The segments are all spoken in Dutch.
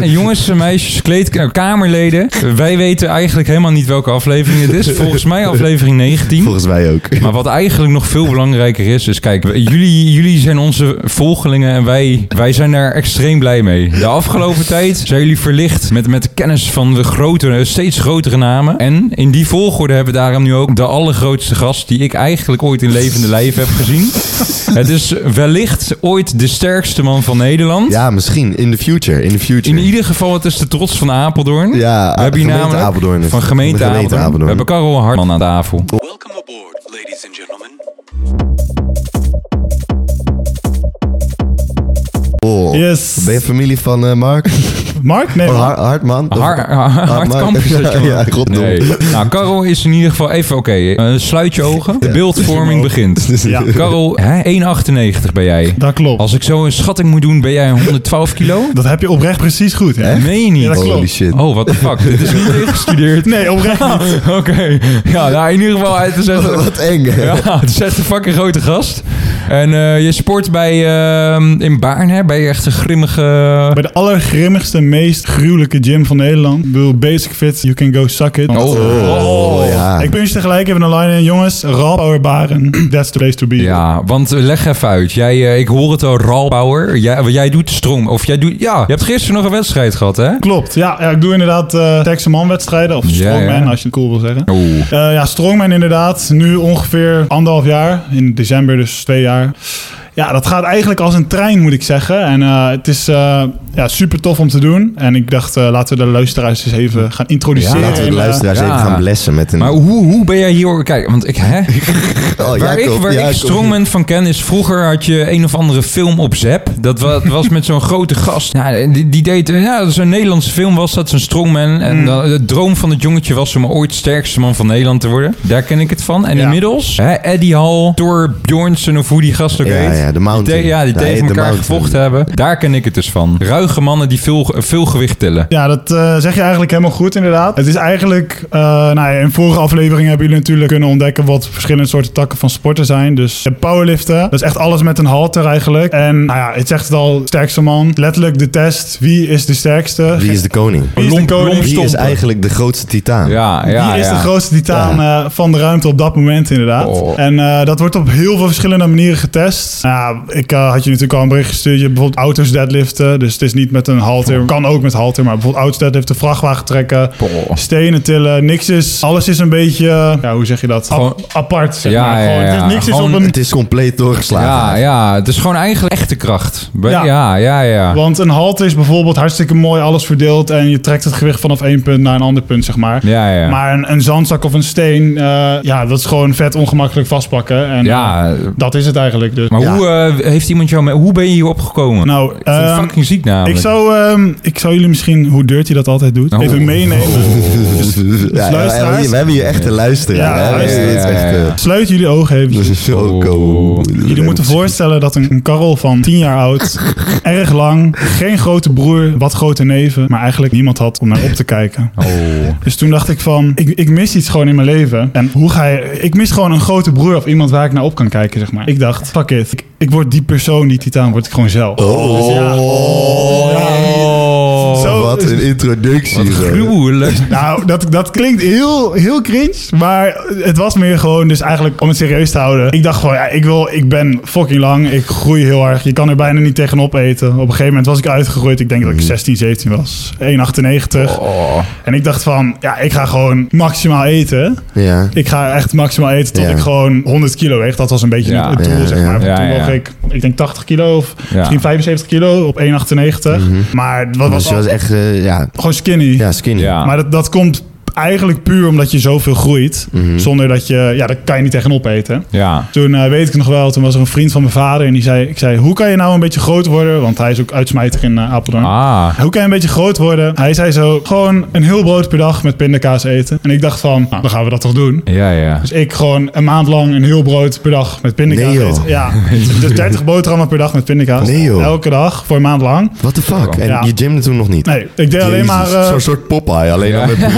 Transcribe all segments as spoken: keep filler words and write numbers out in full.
Ja, jongens, meisjes, kleed, kamerleden. Wij weten eigenlijk helemaal niet welke aflevering het is. Volgens mij aflevering negentien. Volgens mij ook. Maar wat eigenlijk nog veel belangrijker is, is kijk, jullie, jullie zijn onze volgelingen en wij, wij zijn daar extreem blij mee. De afgelopen tijd zijn jullie verlicht met, met de kennis van de grotere, steeds grotere namen. En in die volgorde hebben we daarom nu ook de allergrootste gast die ik eigenlijk ooit in levende lijf heb gezien. Het is wellicht ooit de sterkste man van Nederland. Ja, misschien. In the future. In the future. In ieder geval, het is de trots van Apeldoorn. Ja, we hebben hier gemeente namelijk Apeldoorn. van gemeente, gemeente Apeldoorn. Apeldoorn. We hebben Karel Hartman aan tafel. Welcome aboard, ladies and gentlemen. Oh. Yes. Ben je familie van uh, Mark? Mark? Nee, Oh, man. Hart, Hartman? Har, har, Hartkamp is dat, jongen. Ja, ja, goddomme. Nee. Nou, Karel is in ieder geval even oké. Okay. Uh, sluit je ogen. De beeldvorming begint. Ja. Karel, hè, één komma achtennegentig ben jij. Dat klopt. Als ik zo een schatting moet doen, ben jij honderdtwaalf kilo? Dat heb je oprecht precies goed, hè? Meen je niet? Ja, dat klopt. Holy shit. Oh, what the fuck. Dit is niet ingestudeerd. Nee, oprecht niet. Oké. Okay. Ja, nou, in ieder geval, het is echt, Wat eng, hè? ja, het is echt een fucking grote gast. En uh, je sport bij, uh, in Baarn, hè? Bij echt een grimmige... Bij de allergrimmigste, meest gruwelijke gym van Nederland. Ik bedoel, Basic Fit, you can go suck it. Oh, Oh, ja. Ik punch tegelijk even een line in. Jongens, Raw Power Baren, that's the place to be. Ja, want leg even uit. Jij, uh, ik hoor het al, raw power. Jij, jij doet strong. Of jij doet... Ja, je hebt gisteren nog een wedstrijd gehad, hè? Klopt, ja, ja. Ik doe inderdaad uh, sterkste man wedstrijden. Of strongman, Ja, ja. als je het cool wil zeggen. Oeh. Uh, ja, strongman inderdaad. Nu ongeveer anderhalf jaar. In december dus twee jaar. Ja, dat gaat eigenlijk als een trein, moet ik zeggen. En uh, het is uh, ja, super tof om te doen. En ik dacht, uh, laten we de luisteraars eens even gaan introduceren. Ja, Laten we de in, uh, luisteraars ja. even gaan blessen met een... Maar hoe, hoe ben jij hier... Kijk, want ik... Hè? Oh, Waar Jacob, ik, waar Jacob. ik strongman van ken is... Vroeger had je een of andere film op Zap. Dat was, was met zo'n grote gast. Ja, die, die deed... Ja, zo'n Nederlandse film was dat. Zo'n strongman. En Mm. de, de droom van het jongetje was om ooit sterkste man van Nederland te worden. Daar ken ik het van. En Ja. inmiddels... Hè, Eddie Hall, Thor Bjornsson of hoe die gast ook Ja, heet. ja, de Mountain. Die, te- ja, die Hij tegen heet de elkaar Mountain. gevochten hebben. Daar ken ik het dus van. Ruige mannen die veel, veel gewicht tillen. Ja, dat uh, zeg je eigenlijk helemaal goed inderdaad. Het is eigenlijk, uh, nou ja, in vorige afleveringen hebben jullie natuurlijk kunnen ontdekken wat verschillende soorten takken van sporten zijn. Dus uh, powerliften, dat is echt alles met een halter eigenlijk. En nou ja, het zegt het al, sterkste man. Letterlijk de test, wie is de sterkste? Wie is de koning? Wie is de Lomp- koning? lomp- Wie is Stompen. eigenlijk de grootste titaan? Ja, ja, Wie is ja. de grootste titaan uh, van de ruimte op dat moment inderdaad. Oh. En uh, dat wordt op heel veel verschillende manieren getest. Nou, ja, ik uh, had je natuurlijk al een bericht gestuurd. Je hebt bijvoorbeeld auto's deadliften. Dus het is niet met een halter. Kan ook met halter. Maar bijvoorbeeld auto's deadliften, vrachtwagen trekken. Oh. Stenen tillen. Niks is... Alles is een beetje... Ja, hoe zeg je dat? Gewoon- Ap- apart, zeg Ja, maar. ja, Gewoon, ja. het is- niks Gewoon- is op een... Het is compleet doorgeslagen. Ja, ja, het is gewoon eigenlijk echte kracht. Be- Ja. Ja, ja, ja. Want een halter is bijvoorbeeld hartstikke mooi alles verdeeld. En je trekt het gewicht vanaf één punt naar een ander punt, zeg maar. Ja, ja. Maar een, een zandzak of een steen... uh, ja, dat is gewoon vet ongemakkelijk vastpakken. En Ja, uh, dat is het eigenlijk. Dus. maar Ja. hoe uh, heeft iemand jou mee... Hoe ben je hier opgekomen? Nou, Ik vind het ehm, fucking ziek namelijk. Ik zou, um, ik zou jullie misschien, hoe Dirty dat altijd doet, Oh. even meenemen. Dus, dus Ja, ja, luisteraars, we hebben hier echt een luisteraar. Ja, hè? luister. Dit is echt, Ja, ja, ja. eh, sluit jullie ogen even. dat is zo Oh. cool. Jullie moeten voorstellen dat een, een Karel van tien jaar oud, erg lang, geen grote broer, wat grote neven, maar eigenlijk niemand had om naar op te kijken. Oh. Dus toen dacht ik van, ik, ik mis iets gewoon in mijn leven. En hoe ga je... Ik mis gewoon een grote broer of iemand waar ik naar op kan kijken, zeg maar. Ik dacht, fuck it. Ik, ik word die persoon, die titaan, word ik gewoon zelf. Oh, Dus ja. Oh. Zo- wat een introductie. Wat zo. gruwelijk. Nou, dat, dat klinkt heel, heel cringe. Maar het was meer gewoon, dus eigenlijk om het serieus te houden. Ik dacht gewoon, ja, ik, wil, ik ben fucking lang. Ik groei heel erg. Je kan er bijna niet tegenop eten. Op een gegeven moment was ik uitgegroeid. Ik denk dat ik zestien, zeventien was. één komma achtennegentig. Oh. En ik dacht van, ja, ik ga gewoon maximaal eten. Ja. Ik ga echt maximaal eten tot Ja. ik gewoon honderd kilo weeg. Dat was een beetje Ja. het doel, Ja, zeg ja. maar. Ja, Toen ja. woog ik, ik denk tachtig kilo of Ja. misschien vijfenzeventig kilo op één komma achtennegentig. Maar wat was Dus je al, was echt, eh, ja, gewoon skinny. ja, skinny. Ja. Maar dat, dat komt eigenlijk puur omdat je zoveel groeit. Mhm. Zonder dat je... Ja, daar kan je niet tegenop eten. Ja. Toen uh, weet ik nog wel, toen was er een vriend van mijn vader. En die zei, ik zei, hoe kan je nou een beetje groot worden? Want hij is ook uitsmijter in uh, Apeldoorn. Ah. Hoe kan je een beetje groot worden? Hij zei zo, gewoon een heel brood per dag met pindakaas eten. En ik dacht van, nou, dan gaan we dat toch doen. Ja, ja. Dus ik gewoon een maand lang een heel brood per dag met pindakaas Nee, joh. eten. Ja, dus dertig boterhammen per dag met pindakaas. Nee, joh. Elke dag voor een maand lang. What the fuck? En Ja. je gymde toen nog niet? Nee, ik deed alleen Jezus, maar... uh, Zo'n soort Popeye, alleen dan met brood.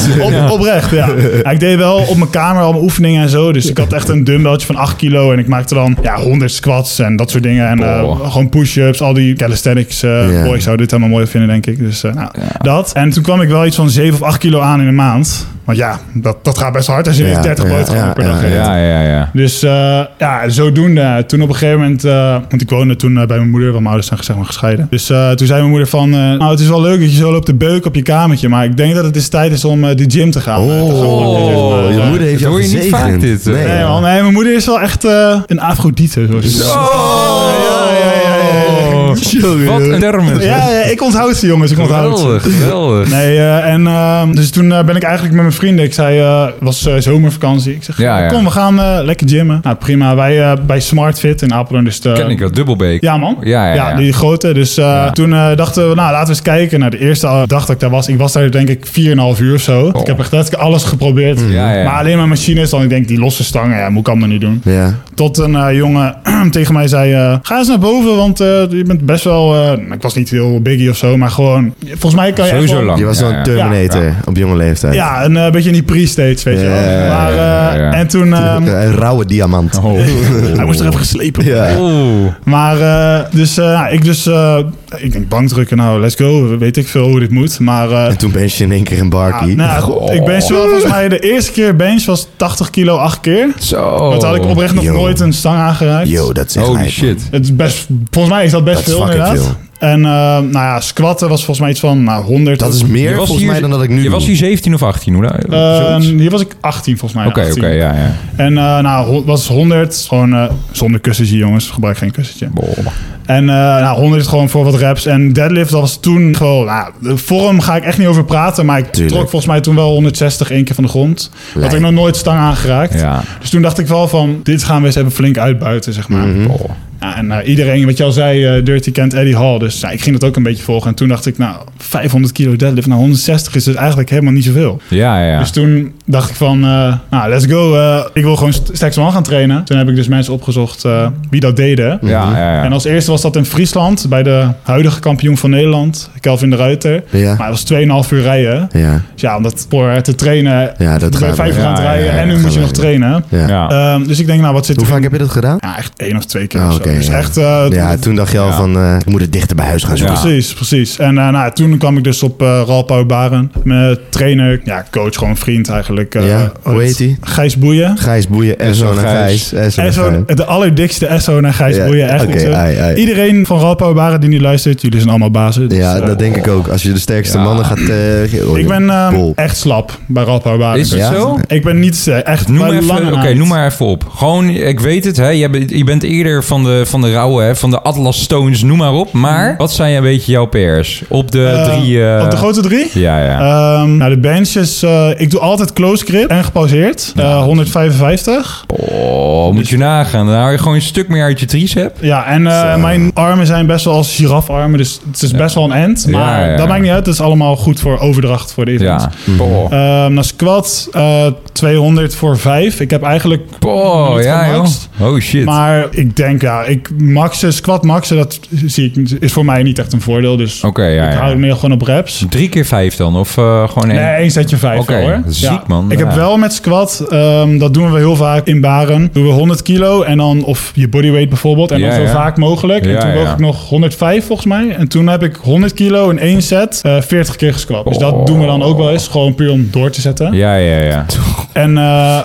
Op, Ja. Oprecht, ja. ja. Ik deed wel op mijn kamer al mijn oefeningen en zo. Dus ik had echt een dumbbelltje van acht kilo. En ik maakte dan ja, honderd squats en dat soort dingen. En uh, Oh. gewoon push-ups, al die calisthenics. Uh, Ja. boys zouden dit helemaal mooi vinden, denk ik. Dus uh, nou, Ja. dat. En toen kwam ik wel iets van zeven of acht kilo aan in een maand. Want ja, dat, dat gaat best hard als je Ja, dertig ja, boterhammen ja, per dag ja, eet. Ja, ja, ja. Dus uh, ja, zodoende. Toen op een gegeven moment... Uh, want ik woonde toen uh, bij mijn moeder, want mijn ouders zijn zeg maar gescheiden. Dus uh, toen zei mijn moeder van... Uh, nou, het is wel leuk dat je zo loopt te beuken op je kamertje. Maar ik denk dat het eens tijd is om uh, de gym te gaan. Oh, uh, te gaan Oh, je moeder heeft dat jou hoor je niet gezegend. vaak dit, uh. Nee, Nee, ja. man, nee, mijn moeder is wel echt uh, een Afrodite. Zoals je zegt. Oh, Ja, ja, ja, ja, ja. wat een termen. Ja, ja, ik onthoud ze, jongens. Ik onthoud ze. Geweldig, geweldig. Nee, uh, en uh, dus toen uh, ben ik eigenlijk met mijn vrienden... Ik zei, uh, het was uh, zomervakantie. Ik zeg, Ja, ja. kom, we gaan uh, lekker gymmen. Nou, prima. Wij uh, bij Smart Fit in Apeldoorn. Dus de, Ken ik wel, Dubbelbeek. Ja, man. Ja, ja, ja. die grote. Dus uh, Ja. toen uh, dachten we, nou, laten we eens kijken. Nou, de eerste dag dat ik daar was, ik was daar denk ik vier en een half uur of zo. Oh. Ik heb echt letterlijk alles geprobeerd. Ja, ja. Maar alleen maar machines, dan ik denk, die losse stangen, ja, moet ik allemaal niet doen. Ja. Tot een uh, jongen tegen mij zei, uh, ga eens naar boven, want uh, je bent best wel... Uh, ik was niet heel biggie of zo, maar gewoon... Volgens mij kan je echt Sowieso wel- lang. Je was Ja, wel ja. een Terminator Ja. op jonge leeftijd. Ja, een uh, beetje in die pre-stage, weet je wel. Ja, ja, maar, uh, ja, ja. En toen... Uh, Een rauwe diamant. Oh. hij moest er even geslepen worden. Ja. Oeh. Maar uh, dus uh, nou, ik dus... Uh, ik denk bankdrukken, nou, let's go. Weet ik veel hoe dit moet. Maar... Uh, En toen ben je in één keer een barkie. nou, Goh. ik bench wel, volgens mij de eerste keer bench was tachtig kilo acht keer. Zo. Want had ik oprecht nog Yo. nooit een stang aangeraakt. Yo, dat is echt Holy lijp, man. shit. Het is best, volgens mij is dat best Dat is veel fucking inderdaad. veel. En uh, nou ja, squatten was volgens mij iets van nou, honderd. Dat is meer Je was volgens hier- mij dan dat ik nu Je doe. was hier zeventien of achttien, hoe dan? Uh, hier was ik achttien volgens mij. Oké, oké, achttien. ja, ja. En uh, nou, ho- was honderd, gewoon uh, zonder kussentje jongens, gebruik geen kussentje. Boah. En uh, nou, honderd gewoon voor wat reps. En deadlift, dat was toen gewoon... Nou, de vorm ga ik echt niet over praten. Maar ik Tuurlijk. trok volgens mij toen wel honderdzestig één keer van de grond. Dat Lijp. ik nog nooit stang aangeraakt. Ja. Dus toen dacht ik wel van... Dit gaan we eens even flink uitbuiten, zeg maar. Mhm. Boah. Ja, en uh, iedereen, wat je al zei, uh, Dirty kent Eddie Hall. Dus nou, ik ging dat ook een beetje volgen. En toen dacht ik, nou, vijfhonderd kilo deadlift naar honderdzestig is dus eigenlijk helemaal niet zoveel. Ja, ja. Dus toen dacht ik van, uh, nou, let's go. Uh, ik wil gewoon st- sterkste man gaan trainen. Toen heb ik dus mensen opgezocht uh, wie dat deden. ja, ja, ja. En als eerste was dat in Friesland, bij de huidige kampioen van Nederland, Kelvin de Ruiter. Ja. Maar het was twee en een half uur rijden. Ja. Dus ja, om dat voor te trainen, Ja, dat bij gaat vijf uur wel. aan het Ja, rijden ja, ja, en nu gaat moet je wel, nog ja. trainen. Ja. Ja. Ehm, dus ik denk, nou, wat zit Hoe er vaak in- heb je dat gedaan? Ja, echt één of twee keer Oh, of zo. oké, Dus ja. echt... uh, Ja, toen dacht je al Ja. van, eh, ik moet het dichter bij huis gaan zoeken. Ja. Precies, precies. En uh, nou, toen kwam ik dus op uh, Ralpau Baren. Mijn trainer, ja, coach, gewoon vriend eigenlijk. Uh, Ja, hoe heet hij? Gijs Boeien. Gijs Boeien, Esso naar Gijs. Gijs. Esso naar Esso, Gijs. de allerdikste Esso naar Gijs Ja, Boeien. Echt oké, niet zo. ai, ai. Iedereen van Ralpau Baren die nu luistert, jullie zijn allemaal bazen. Dus, Ja, uh, dat denk ik ook. Als je de sterkste Ja. mannen gaat... eh, oh, ik ben uh, bol. echt slap bij Ralpau Baren. Is het Ja? zo? Ik ben niet uh, echt Noem bij even, lange oké, na niet. noem maar even op. Gewoon, ik weet het, hè, je, bent, je bent eerder van de, van de rauwe, hè, van de Atlas Stones, noem maar op. Maar wat zijn een beetje jouw P R's? Op de Uh, drie... eh, Op de grote drie? Ja, ja. Ehm, nou, de benches, uh, ik doe altijd close grip en gepauzeerd. Uh, honderdvijfenvijftig. oh, moet je nagaan. Dan hou je gewoon een stuk meer uit je tricep. Ja, en uh, Zo. mijn armen zijn best wel als girafarmen, dus het is best wel een end. Maar Ja, ja, ja. dat maakt niet uit, het is allemaal goed voor overdracht voor de event. Ja. Mhm. Boah. Ehm nou, squat uh, tweehonderd voor vijf. Ik heb eigenlijk Boah, niet ja, joh. gemaxt. Oh, shit. Maar ik denk, ja, ik maxen, squat maxen, dat zie ik, is voor mij niet echt een voordeel. Dus Oké, ja, ik hou ja. het meer gewoon op reps. Drie keer vijf dan? Of eh, gewoon één? Nee, één setje vijf Oké, wel, hoor. ziek, man. Ik Ja. heb wel met squat, ehm, dat doen we heel vaak in baren. Doen we honderd kilo en dan, of je bodyweight bijvoorbeeld. En Ja, dan zo ja. vaak mogelijk. Ja, en toen woog ja. ik nog honderdvijf volgens mij. En toen heb ik honderd kilo in één set, uh, veertig keer gesquat. Dus dat Oh. doen we dan ook wel eens. Gewoon puur om door te zetten. Ja, ja, ja. En uh,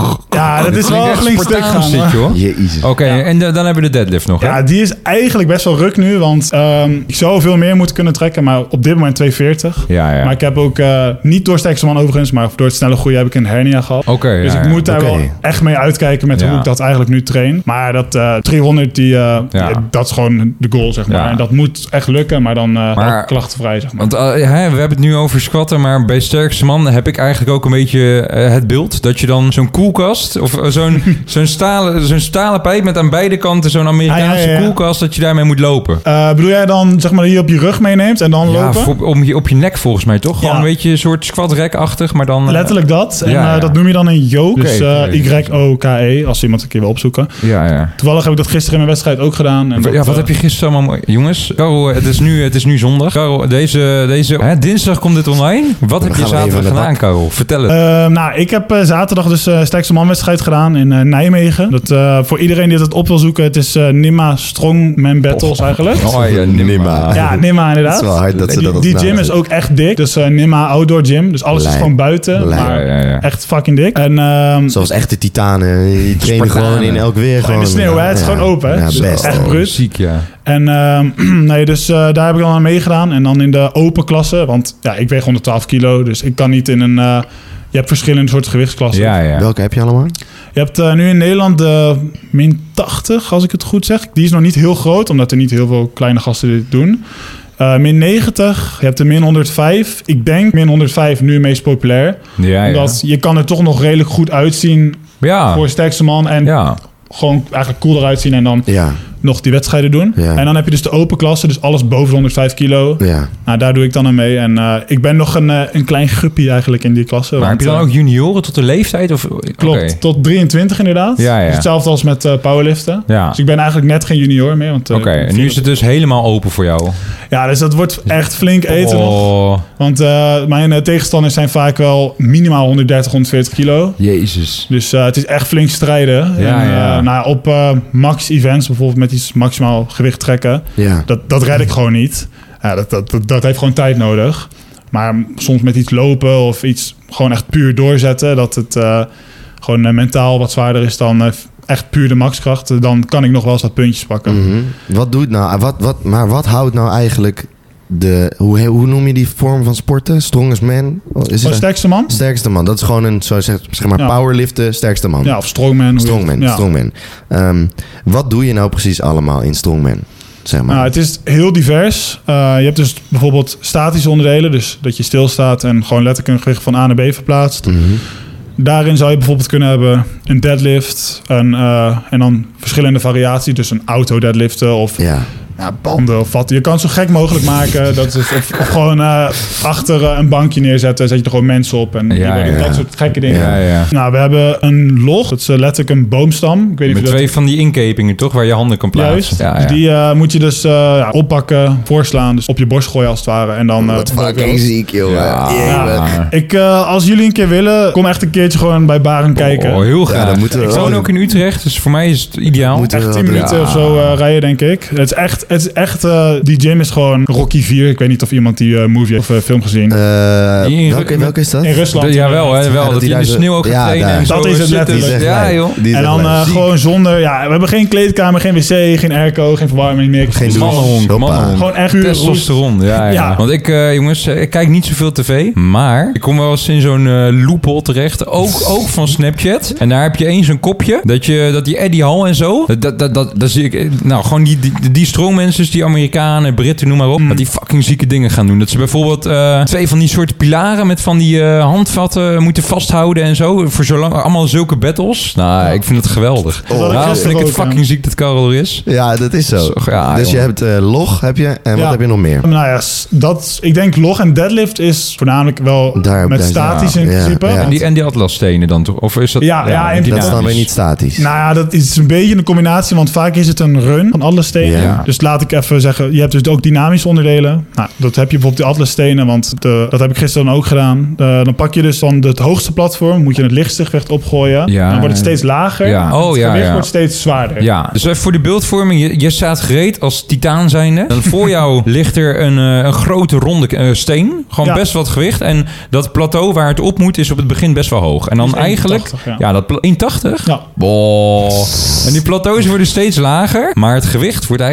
ja, dat Dit is wel klinkt echt flink stuk Spartaans gaan. dit, hoor. joh. Jezus. Oké, Ja. en de- dan hebben we de deadlift nog, hè? Ja, die is eigenlijk best wel ruk nu. Want ehm, ik zou veel meer moeten kunnen trekken. Maar op dit moment tweehonderdveertig. Ja, ja. Maar ik heb ook uh, niet door sterkste man overigens. Maar door het snelle groeien heb ik een hernia gehad. Oké, Dus ja, ik ja. moet daar Oké. wel echt mee uitkijken met Ja. hoe ik dat eigenlijk nu train. Maar dat uh, driehonderd, die, uh, Ja. dat is gewoon de goal, zeg maar. Ja. En dat moet echt lukken, maar dan uh, Maar- ook klachtenvrij, zeg maar. Want uh, hè, we hebben het nu over squatten, maar bij sterkste man heb ik eigenlijk ook een beetje uh, het beeld dat je dan zo'n koelkast of uh, zo'n zo'n stalen, zo'n stalen pijp met aan beide kanten zo'n Amerikaanse Ah, ja, ja, ja. koelkast dat je daarmee moet lopen. Uh, bedoel jij dan, zeg maar, hier op je rug meeneemt en dan Ja, lopen? voor, om je, op je nek volgens mij toch? Gewoon Ja. een beetje een soort squat-rack-achtig, maar dan... Uh, Letterlijk dat. En ja, ja. Uh, dat noem je dan een yoke. Okay, dus uh, okay. Y O K E, als iemand een keer wil opzoeken. Ja, ja. Toevallig heb ik dat gisteren in mijn wedstrijd ook gedaan. En ja, dat, wat uh, heb je gisteren allemaal... Jongens, Karel, het is nu, het is nu zondag. Karel, deze... deze hè, dinsdag komt dit online. Wat heb je gaan we even zaterdag aan de gedaan, bak. Karel? Vertel het. Uh, nou, ik heb uh, zaterdag dus uh, sterkste manwedstrijd gedaan in uh, Nijmegen. Dat, uh, voor iedereen die het op wil zoeken, het is uh, Nima Strongman Battles Oh. eigenlijk. Oh ja, Nima. Ja, Nima inderdaad. Het is wel hard dat ze die dat als die naam gym is hebben. ook echt dik. Dus uh, Nima Outdoor Gym. Dus alles Lijp. is gewoon buiten. Lijp. Maar Ja, ja, ja. echt fucking dik. En, um, Zoals echte titanen. Die trainen Spartanen. gewoon in elk weer. Gewoon in de sneeuw, hè? Het is gewoon open, hè? Ja, Zo. best. Echt Oh, bruut. ziek, ja. En um, nee, dus uh, daar heb ik dan aan meegedaan. En dan in de open klasse. Want ja, ik weeg honderdtwaalf kilo. Dus ik kan niet in een... Uh, je hebt verschillende soorten gewichtsklassen. Ja, ja. Welke heb je allemaal? Je hebt uh, nu in Nederland de min tachtig, als ik het goed zeg. Die is nog niet heel groot, omdat er niet heel veel kleine gasten dit doen. Uh, min negentig, je hebt de min honderdvijf. Ik denk min honderdvijf nu het meest populair. Ja, ja. Omdat je kan er toch nog redelijk goed uitzien Ja. voor sterkste man. En Ja. gewoon eigenlijk cool eruit zien en dan Ja, nog die wedstrijden doen. Ja. En dan heb je dus de open klasse, dus alles boven de honderdvijf kilo. ja. Nou, daar doe ik dan aan mee. En uh, ik ben nog een, uh, een klein guppie eigenlijk in die klasse. Maar want, heb je dan uh, ook junioren tot de leeftijd? Of? Klopt, Oké. tot drieëntwintig inderdaad. Ja, ja. Dus hetzelfde als met uh, powerliften. Ja. Dus ik ben eigenlijk net geen junior meer. Want, uh, Oké, ik ben en nu is het dus helemaal open voor jou. Ja, dus dat wordt echt flink eten nog. Oh, Want uh, mijn uh, tegenstanders zijn vaak wel minimaal honderddertig, honderdveertig kilo. jezus. Dus uh, het is echt flink strijden. Ja, en, uh, ja. Nou, op uh, max events, bijvoorbeeld met iets maximaal gewicht trekken, ja. dat, dat red ik gewoon niet. Ja, dat, dat, dat, dat heeft gewoon tijd nodig. Maar soms met iets lopen of iets gewoon echt puur doorzetten, dat het uh, gewoon uh, mentaal wat zwaarder is dan uh, echt puur de maxkracht, uh, dan kan ik nog wel eens wat puntjes pakken. Mhm. Wat doet nou, wat, wat, maar wat houdt nou eigenlijk de, hoe, hoe noem je die vorm van sporten? Strongest man? Is Voor het sterkste man? sterkste man? Dat is gewoon een, zo zeg, zeg maar, Ja. powerliften, sterkste man. Ja, of strongman. hoe je het- Strongman, ja. strongman. Um, wat doe je nou precies allemaal in strongman? Zeg maar. Nou, het is heel divers. Uh, je hebt dus bijvoorbeeld statische onderdelen, dus dat je stilstaat en gewoon letterlijk een gewicht van A naar B verplaatst. Mhm. Daarin zou je bijvoorbeeld kunnen hebben een deadlift een, uh, en dan verschillende variaties, dus een auto deadliften of Ja. ja, banden of wat. Je kan het zo gek mogelijk maken. Dat is, of, of gewoon uh, achter uh, een bankje neerzetten, zet je er gewoon mensen op en Ja, die- ja. dat soort gekke dingen. Ja, ja. Nou, we hebben een log, dat is uh, letterlijk een boomstam. Ik weet niet Met of je dat twee van die inkepingen, toch? Waar je handen kan plaatsen. Juist. Ja, Dus ja. die uh, moet je dus uh, ja, oppakken, voorslaan, dus op je borst gooien als het ware. En dan, uh, Wat boven- fucking ziek, joh. Ja. Ja. Ik, uh, als jullie een keer willen, kom echt een keertje gewoon bij Baren kijken. Oh, heel Ja, graag. dan moeten we ik wel woon doen. ook in Utrecht, dus voor mij is het ideaal. Moeten we Echt wel tien doen. minuten Ja. of zo uh, rijden, denk ik. Het is echt, het is echt uh, die gym is gewoon Rocky vier. Ik weet niet of iemand die uh, movie of uh, film gezien. Eh, In- welke, welke is dat? In Rusland. Dat- Jawel, hè, wel. dat Dat die hij in de daar zo- sneeuw ook gaat Ja, trainen. daar. En zo Dat is het zitten. letterlijk. Die is echt Ja, lijp. joh. Die is En echt dan uh, lijp. gewoon zonder... Ja, we hebben geen kleedkamer, geen wc, geen airco, geen verwarming meer. Geen douche. Mannenhonk, Hoppa. mannenhonk. Gewoon echt puur roest. Testosteron, ja, ja. Ja. Want ik, uh, jongens, uh, ik kijk niet zoveel tv, maar ik kom wel eens in zo'n uh, loophole terecht, ook, ook van Snapchat. En daar heb je één zo'n kopje, dat, je, dat die Eddie Hall en zo, dat, dat, dat, dat, dat zie ik, nou, gewoon die, die, die strongmensen, die Amerikanen, Britten, noem maar op, Mm. dat die fucking zieke dingen gaan doen. Dat ze bijvoorbeeld uh, twee van die soorten pilaren met van die uh, handvatten moeten vasthouden en zo, voor zo lang, allemaal zulke battles. Nou, ik vind het geweldig. Oh, Daarom vind ik gisteren het ook, fucking ziek dat Karel er is. Ja, dat is zo. Zo, ja, dus je joh. hebt uh, log, heb je, en Ja. wat heb je nog meer? Nou ja, s- dat, ik denk log en deadlift is voornamelijk wel Daar- met daar- statisch ja, in ja, principe. ja. En Want- die, en die atlasstenen dan toch? Of is dat... Ja, ja, en- Dat is dan dynamisch? weer niet statisch. Nou ja, dat is een beetje een combinatie, want vaak is het een run van atlasstenen. Ja. Dus laat ik even zeggen, je hebt dus ook dynamische onderdelen. Nou, dat heb je bijvoorbeeld die atlasstenen, want de, dat heb ik gisteren dan ook gedaan. De, dan pak je dus dan het hoogste platform, moet je het lichtste gewicht opgooien. Ja. Dan wordt het steeds lager. Ja. Oh, het ja, gewicht ja. wordt steeds zwaarder. Ja, dus even voor de beeldvorming. Je, je staat gereed als titaan zijnde. Dan voor jou ligt er een, eh, een grote ronde eh, steen. Gewoon Ja. best wat gewicht. En dat plateau waar het op moet is op het begin best wel hoog. En dan Die is eigenlijk... eenentachtig, ja. Ja, dat pla- eenentachtig? Ja. Boah. En die plateaus worden steeds lager. Maar het gewicht wordt eigenlijk steeds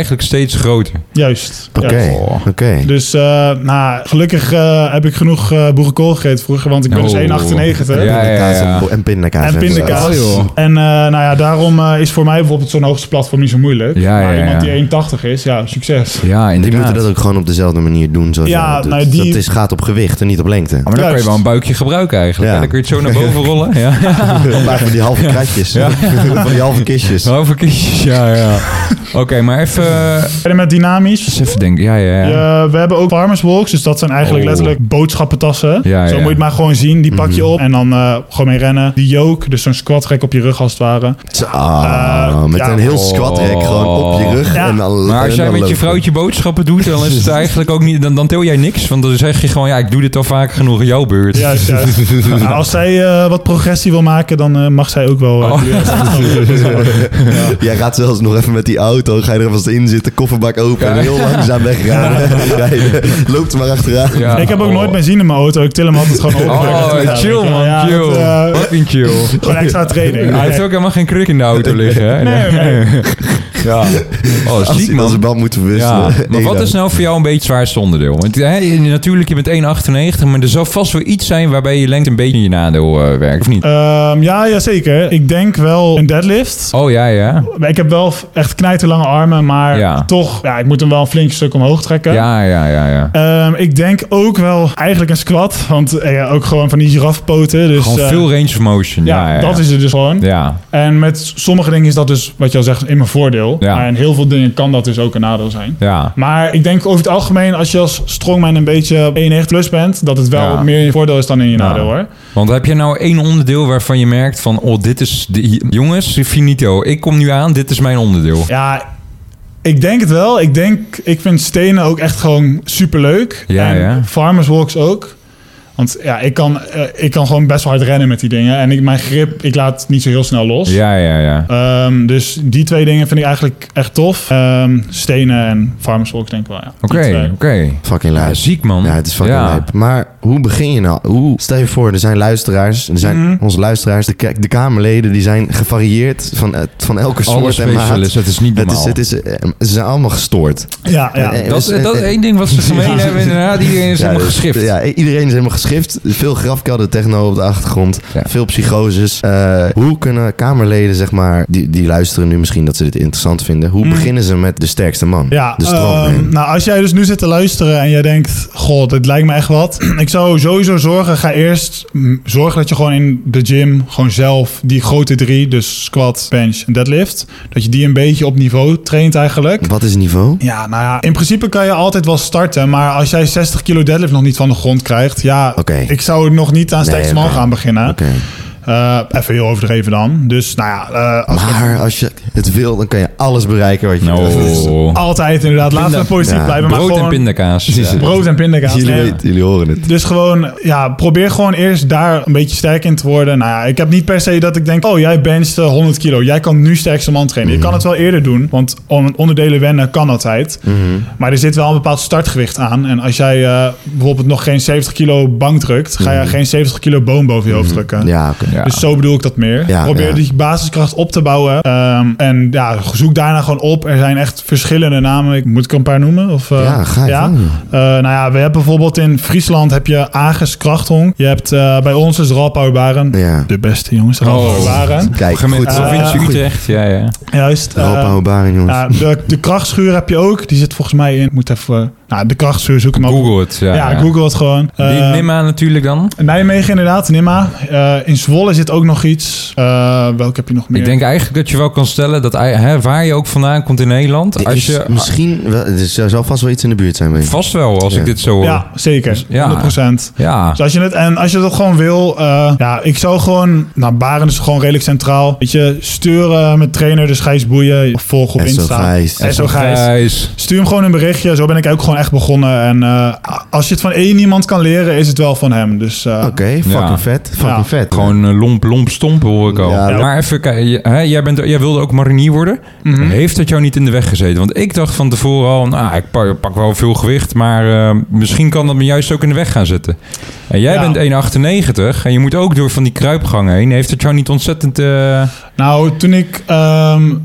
steeds groter. Juist. Oké, juist. oké. Dus uh, nou, gelukkig uh, heb ik genoeg uh, boerenkool gegeten vroeger, want ik ben Oh. dus één komma achtennegentig. Ja, ja, ja. En pindakaas. En pindakaas. Oh, joh. En uh, nou ja, daarom uh, is voor mij bijvoorbeeld zo'n hoogste platform niet zo moeilijk. Ja, ja, maar ja. iemand die één komma tachtig is, ja, succes. Ja, Die inderdaad. moeten dat ook gewoon op dezelfde manier doen. Zoals Ja, jij dat nou, doet. die- Dat is, gaat op gewicht en niet op lengte. Oh, maar dan kan je Juist. wel een buikje gebruiken eigenlijk. Ja. Ja. Dan kun je het zo naar boven rollen. Ja. Maar van die halve kratjes. Van die halve kistjes. Over kistjes, ja, ja. Oké, okay, maar even... Verder met dynamisch. eens even denken. Ja, ja, ja. Ja, we hebben ook farmers walks, dus dat zijn eigenlijk Oh. letterlijk boodschappentassen. Ja, Zo ja. moet je het maar gewoon zien. Die pak je Mhm. op en dan uh, gewoon mee rennen. Die yoke, dus zo'n squat rack op je rug als het ware. Ah, Uh, met ja. een heel squat rack gewoon op je rug. Ja. En dan, Maar als en jij dan met je lopen. vrouwtje boodschappen doet, dan is het eigenlijk ook niet... Dan, dan tel jij niks, want dan zeg je gewoon... Ja, ik doe dit al vaak genoeg in jouw beurt. Juist, juist. Nou, als zij uh, wat progressie wil maken, dan uh, mag zij ook wel. Uh, Oh. Jij gaat zelfs nog even met die auto, ga je er vast in zitten, kofferbak open en Ja. heel langzaam wegrijden. Rijden. Loopt er maar achteraan. Ja. Ik heb ook Oh. nooit benzine in mijn auto. Ik til hem altijd gewoon op. Oh, Ja, chill man, ja, chill. dat, uh, Fucking chill. gewoon extra training. Hij heeft ook helemaal geen kruk in de auto liggen, hè? Nee, nee. Ja. Oh, Als ziek hij dan zijn man. band moet verwisselen. Ja, maar Nee, wat dan. is nou voor jou een beetje het zwaarste onderdeel? Want hè, natuurlijk, je bent één komma achtennegentig, maar er zal vast wel iets zijn waarbij je lengte een beetje in je nadeel uh, werkt, of niet? Um, ja, ja, zeker. Ik denk wel een deadlift. Oh ja, ja. Ik heb wel echt knijterlange armen, maar Ja. toch, ja, ik moet hem wel een flink stuk omhoog trekken. Ja, ja, ja, ja. Um, ik denk ook wel eigenlijk een squat, want eh, ja, ook gewoon van die girafpoten. Dus, Gewoon uh, veel range of motion. ja, Ja, ja, dat ja. is het dus gewoon. Ja, En met sommige dingen is dat dus, wat je al zegt, in mijn voordeel. Ja. Maar in heel veel dingen kan dat dus ook een nadeel zijn. ja. Maar ik denk over het algemeen, als je als strongman een beetje eenennegentig plus bent, dat het wel Ja. meer in je voordeel is dan in je Ja. nadeel, hoor. Want heb je nou één onderdeel waarvan je merkt van... Oh, dit is... De, jongens, finito. Ik kom nu aan, dit is mijn onderdeel. Ja, ik denk het wel. Ik denk, ik vind stenen ook echt gewoon superleuk. Ja, en ja. farmers walks ook. Want ja, ik kan, uh, ik kan gewoon best wel hard rennen met die dingen. En ik, mijn grip, ik laat niet zo heel snel los. Ja, ja, ja. Um, dus die twee dingen vind ik eigenlijk echt tof. Um, stenen en farmers walks denk ik wel, ja. Die Oké, twee. oké. Fucking Ja, lijp. ziek man. Ja, het is fucking Ja. lijp. Maar hoe begin je nou? Hoe, stel je voor, er zijn luisteraars. Er zijn Mhm. onze luisteraars, de, ka- de Kamerleden, die zijn gevarieerd van, eh, van elke Alle soort en maat. specialisten, het is niet Het normaal. is, het is, eh, ze zijn allemaal gestoord. Ja, ja. Eh, eh, Dat, dus, dat is eh, één ding wat ze gemeen Ja. hebben inderdaad. Iedereen is ja, helemaal dus- geschift. Ja, iedereen is helemaal geschift. Veel grafkelder techno op de achtergrond. Ja. Veel psychoses. Eh, hoe kunnen Kamerleden, zeg maar, die, die luisteren nu misschien dat ze dit interessant vinden. Hoe Mm. beginnen ze met de sterkste man? Ja, de strongman. ehm, nou als jij dus nu zit te luisteren en jij denkt, god, dit lijkt me echt wat. Ik zou sowieso zorgen, ga eerst mm, zorgen dat je gewoon in de gym gewoon zelf die grote drie, dus squat, bench en deadlift, dat je die een beetje op niveau traint eigenlijk. Wat is het niveau? Ja, nou ja, in principe kan je altijd wel starten, maar als jij zestig kilo deadlift nog niet van de grond krijgt, ja, Oké. ik zou nog niet aan sterkste Nee, man oké. gaan beginnen. Oké. Uh, even heel overdreven dan. Dus nou ja, uh, als Maar als je het wil, dan kan je alles bereiken wat je wil. No. altijd inderdaad, laten we Pinda- positief ja, blijven. Maar Brood en gewoon pindakaas. Precies. Ja. brood en pindakaas. Jullie, Nee, weten, jullie horen het. Dus gewoon, ja, probeer gewoon eerst daar een beetje sterk in te worden. Nou ja, ik heb niet per se dat ik denk, oh, jij bencht uh, honderd kilo. Jij kan nu sterkste man trainen. Je kan het wel eerder doen, want on- onderdelen wennen kan altijd. Mhm. Maar er zit wel een bepaald startgewicht aan. En als jij uh, bijvoorbeeld nog geen zeventig kilo bank drukt, ga je Mhm. geen zeventig kilo boom boven je hoofd drukken. Ja, oké. Ja. Dus zo bedoel ik dat meer. Ja, Probeer ja. die basiskracht op te bouwen. Um, en ja, zoek daarna gewoon op. Er zijn echt verschillende namen. Ik, moet ik er een paar noemen? Of, uh, Ja, ga je ja? gang. Uh, nou ja, we hebben bijvoorbeeld in Friesland heb je Ages Krachthong. Je hebt uh, bij ons is Ralpauw Baren. Ja. De beste jongens, Ralpauw Oh. Baren. Kijk, Gemeente goed. provincie Uh, Utrecht. Ja, ja. Juist. Uh, Ralpauw Baren, jongens. ja, de, de krachtschuur heb je ook. Die zit volgens mij in. Ik moet even. Uh, nou, de krachtschuur zoek hem op. Google het. Ja, Ja, ja. Google het gewoon. Die Uh, Nimma natuurlijk dan. Nijmegen inderdaad, Nimma. Uh, in Zwolle zit ook nog iets. Uh, welke heb je nog meer? Ik denk eigenlijk dat je wel kan stellen dat hè, waar je ook vandaan komt in Nederland. Er Als is je, misschien, wel, er zal vast wel iets in de buurt zijn bij je. vast wel, als Ja. ik dit zo hoor. Ja, zeker. ja. honderd procent. Ja. Dus als je het, en als je dat gewoon wil, uh, ja, ik zou gewoon, nou, Baren is gewoon redelijk centraal. Weet je, sturen met trainer, dus Gijs Boeien, of volg op Esso Insta. Gijs. Esso Gijs. Gijs. Stuur hem gewoon een berichtje, zo ben ik ook gewoon echt begonnen. En uh, als je het van één iemand kan leren, is het wel van hem. Dus uh, Oké, fucking Ja. vet. Fucking Ja. vet. Gewoon eh, lomp, lomp, stompen hoor ik al. Ja, ja. Maar even kijken, je- hè, jij, bent, jij wilde ook marinier worden. mhm. Heeft dat jou niet in de weg gezeten? Want ik dacht van tevoren al, nou, ik pak, pak wel veel gewicht, maar uh, misschien kan dat me juist ook in de weg gaan zitten. En jij Ja. bent één komma achtennegentig en je moet ook door van die kruipgang heen. Heeft het jou niet ontzettend... Uh... Nou, toen ik... Um,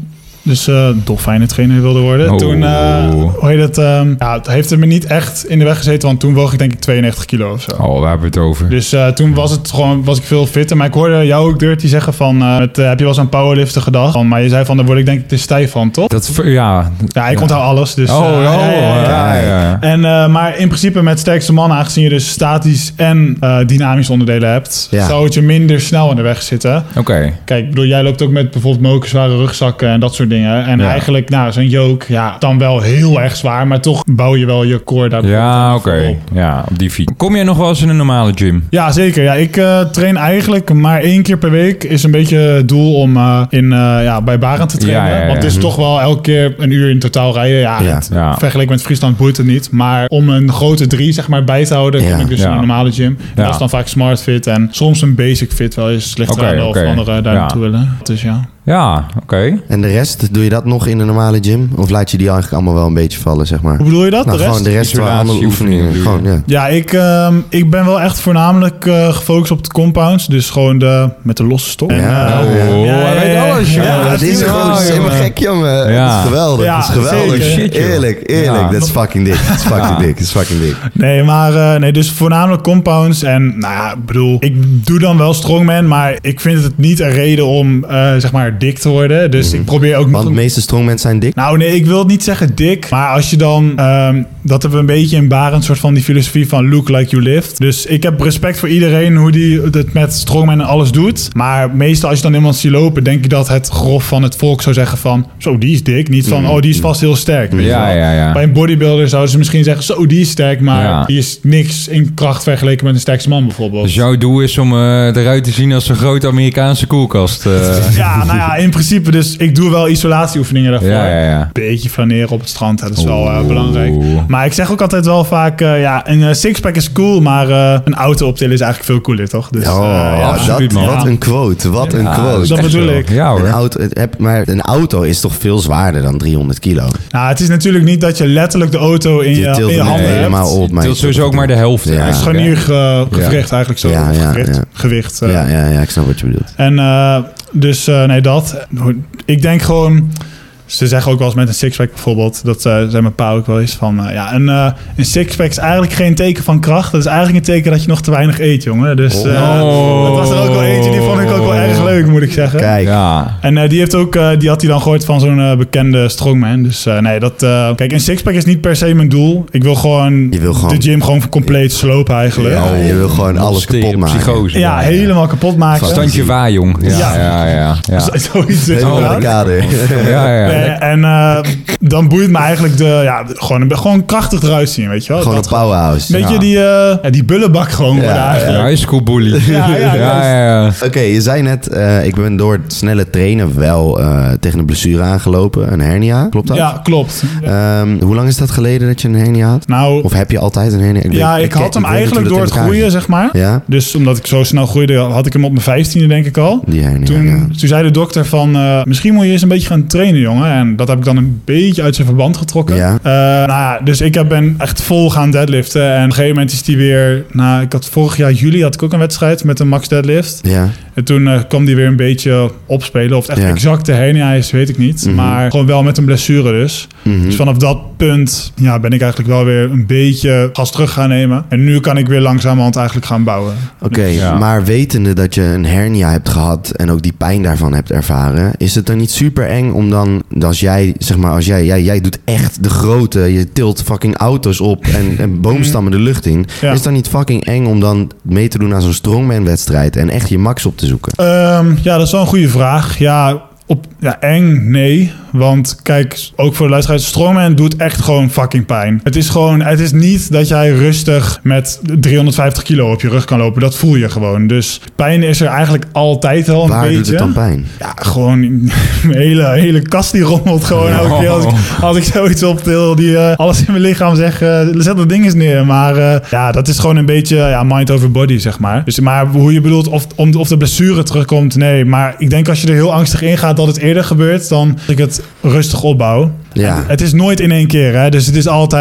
dus uh, dolfijnentrainer wilde worden. Oh. Toen, uh, hoe heet het? Um, ja, het heeft het me niet echt in de weg gezeten, want toen woog ik denk ik tweeënnegentig kilo of zo. Oh, waar hebben we het over? Dus uh, toen was het gewoon, was ik veel fitter. Maar ik hoorde jou ook, Dirty, zeggen van, uh, met, uh, heb je wel eens aan powerliften gedacht? Van, maar je zei van, daar word ik denk ik te stijf van, toch? Dat, ja. Ja, ik ja. onthoud alles. Dus, Oh, uh, oh, ja, ja, ja. ja, ja. En, uh, maar in principe met sterkste mannen, aangezien je dus statisch en uh, dynamisch onderdelen hebt, Ja. zou het je minder snel in de weg zitten. Oké. Okay. Kijk, ik bedoel, jij loopt ook met bijvoorbeeld moken, zware rugzakken en dat soort dingen. En Ja. eigenlijk, nou, zo'n yoke, ja, dan wel heel erg zwaar, maar toch bouw je wel je core daar. Ja, oké. Okay. Ja, op die fiets. Kom jij nog wel eens in een normale gym? Ja, zeker. Ja, ik uh, train eigenlijk maar één keer per week. Is een beetje het doel om uh, in, uh, ja, bij Barend te trainen. Ja, ja, ja. Want het is toch wel elke keer een uur in totaal rijden. Ja, Ja. het, Ja. vergeleken met Friesland boeit het niet. Maar om een grote drie zeg maar bij te houden, Ja. kom ik dus Ja. in een normale gym. En Ja. dat is dan vaak smart fit en soms een basic fit wel eens. Ligt Oké, eraan wel oké. of anderen daar Ja. naartoe willen. Dus ja. Ja, oké. Okay. En de rest, doe je dat nog in de normale gym? Of laat je die eigenlijk allemaal wel een beetje vallen, zeg maar? Hoe bedoel je dat? Nou, de rest? gewoon de rest van andere Isolatieoefeningen oefeningen. bedoel je? Gewoon, ja. Ja, ik, um, ik ben wel echt voornamelijk uh, gefocust op de compounds. Dus gewoon de, met de losse stok. Ja, En, uh, ja. Oh, hij weet alles, joh. Ja, dat is gewoon ja, helemaal jongen. gek, jongen. Ja. Dat is geweldig. Ja, dat is geweldig. zeker. Shit, joh. Eerlijk, eerlijk. Ja. Dat is fucking dik. Dat is fucking Ja. dik. Dat is fucking dik. Nee, maar uh, nee, dus voornamelijk compounds. En nou ja, ik bedoel, ik doe dan wel strongman, maar ik vind het niet een reden om, uh, zeg maar, dik te worden. Dus ik probeer ook Want nog... de meeste strongmen zijn dik. Nou nee, ik wil het niet zeggen dik. Maar als je dan... Um, dat hebben we een beetje in Barend, soort van die filosofie van look like you lift. Dus ik heb respect voor iedereen hoe die het met strongman en alles doet. Maar meestal als je dan iemand ziet lopen, denk ik dat het grof van het volk zou zeggen van... Zo, die is dik. Niet van, oh, die is vast heel sterk. Weet je Ja, wel. ja, ja. Bij een bodybuilder zouden ze misschien zeggen, zo, die is sterk. Maar Ja. die is niks in kracht vergeleken met een sterkste man bijvoorbeeld. Dus jouw doel is om uh, eruit te zien als een grote Amerikaanse koelkast. Uh. Ja, nou ja, in principe dus. Ik doe wel isolatieoefeningen daarvoor. Ja, ja, ja. Beetje flaneren op het strand, hè, dat is wel uh, Oeh. belangrijk. Maar ik zeg ook altijd wel vaak, uh, ja, een uh, sixpack is cool, maar uh, een auto optillen is eigenlijk veel cooler, toch? Dus, Oh, uh, ja, absoluut, dat, man. wat een quote. Wat een Ja, quote. dat echt bedoel zo. ik. Ja hoor. Een auto, het heb, maar een auto is toch veel zwaarder dan driehonderd kilo? Nou, het is natuurlijk niet dat je letterlijk de auto in je, Je in tilt je hem handen hebt. helemaal op. Het maar tilt je sowieso ook maar de helft. Ja. Het is gewoon hier ge, gewricht eigenlijk zo. Ja, Of ja, gewricht, ja. gewicht. uh. Ja, ja, ja, ik snap wat je bedoelt. En uh, dus, uh, nee, dat. Ik denk gewoon... Ze zeggen ook wel eens met een sixpack bijvoorbeeld, dat uh, zei mijn pa ook wel eens van, uh, ja, een, uh, een sixpack is eigenlijk geen teken van kracht. Dat is eigenlijk een teken dat je nog te weinig eet, jongen. Dus uh, Oh. dat was er ook wel eentje, die vond ik ook wel erg leuk, moet ik zeggen. Kijk. Ja. En uh, die, heeft ook, uh, die had hij dan gehoord van zo'n uh, bekende strongman. Dus uh, nee, dat... Uh, kijk, een sixpack is niet per se mijn doel. Ik wil gewoon, Je wil gewoon- de gym gewoon compleet slopen eigenlijk. Ja, Ja, je wil gewoon alles kapot maken. Psychose. helemaal kapot maken. Standje waar, jong. Ja, Ja. ja, ja. ja. Zoiets. Helemaal inderdaad. de kader. Ja, ja. Nee, en uh, dan boeit me eigenlijk de, ja, gewoon, gewoon krachtig eruit zien, weet je wel. Gewoon een Dat- powerhouse. Weet je, Ja. die, uh, ja, die bullenbak gewoon Ja, worden ja. eigenlijk. High school bully. Ja, ja, ja, juist. ja, ja. Oké, je zei net, uh, ik ben door het snelle trainen wel uh, tegen een blessure aangelopen. Een hernia, klopt dat? Ja, klopt. Um, hoe lang is dat geleden dat je een hernia had? Nou, Of heb je altijd een hernia? Ik ja, weet- ik had hem weet niet eigenlijk hoe door dat het in elkaar groeien, zit. zeg maar. Ja, Dus omdat ik zo snel groeide, had ik hem op mijn vijftiende denk ik al. die hernia. Toen, ja. toen zei de dokter van, uh, misschien moet je eens een beetje gaan trainen, jongen. En dat heb ik dan een beetje uit zijn verband getrokken. Ja. Uh, nou ja, dus ik heb, ben echt vol gaan deadliften. En op een gegeven moment is die weer... Nou, ik had vorig jaar juli had ik ook een wedstrijd met een max deadlift. Ja, En toen uh, kwam die weer een beetje opspelen. Of het echt Ja. exact de hernia is, weet ik niet. Mhm. Maar gewoon wel met een blessure dus. mhm. Dus vanaf dat punt ja, ben ik eigenlijk wel weer een beetje gas terug gaan nemen. En nu kan ik weer langzamerhand eigenlijk gaan bouwen. Oké, Ja. maar wetende dat je een hernia hebt gehad en ook die pijn daarvan hebt ervaren, is het dan niet super eng om dan, als jij, zeg maar, als jij, jij, jij doet echt de grote, je tilt fucking auto's op en, en boomstammen de lucht in. Ja. Is het dan niet fucking eng om dan mee te doen aan zo'n strongman-wedstrijd en echt je max op te zoeken? Um, ja, dat is wel een goede vraag. Ja, op, ja, eng, nee. Want kijk, ook voor de luisteraars, strongman doet echt gewoon fucking pijn. Het is gewoon, het is niet dat jij rustig met driehonderdvijftig kilo op je rug kan lopen. Dat voel je gewoon. Dus pijn is er eigenlijk altijd wel een Waar beetje. doet het dan pijn? Ja, gewoon mijn hele, hele kast die rommelt gewoon elke keer als ik, als ik zoiets optil. Die uh, alles in mijn lichaam zegt, uh, zet dat ding eens neer. Maar uh, ja, dat is gewoon een beetje ja, mind over body, zeg maar. Dus, maar hoe je bedoelt of, om, of de blessure terugkomt, nee. Maar ik denk als je er heel angstig in gaat dat het eerder gebeurt, dan dat ik het rustig opbouw. Ja. Het is nooit in één keer, hè. Dus het is altijd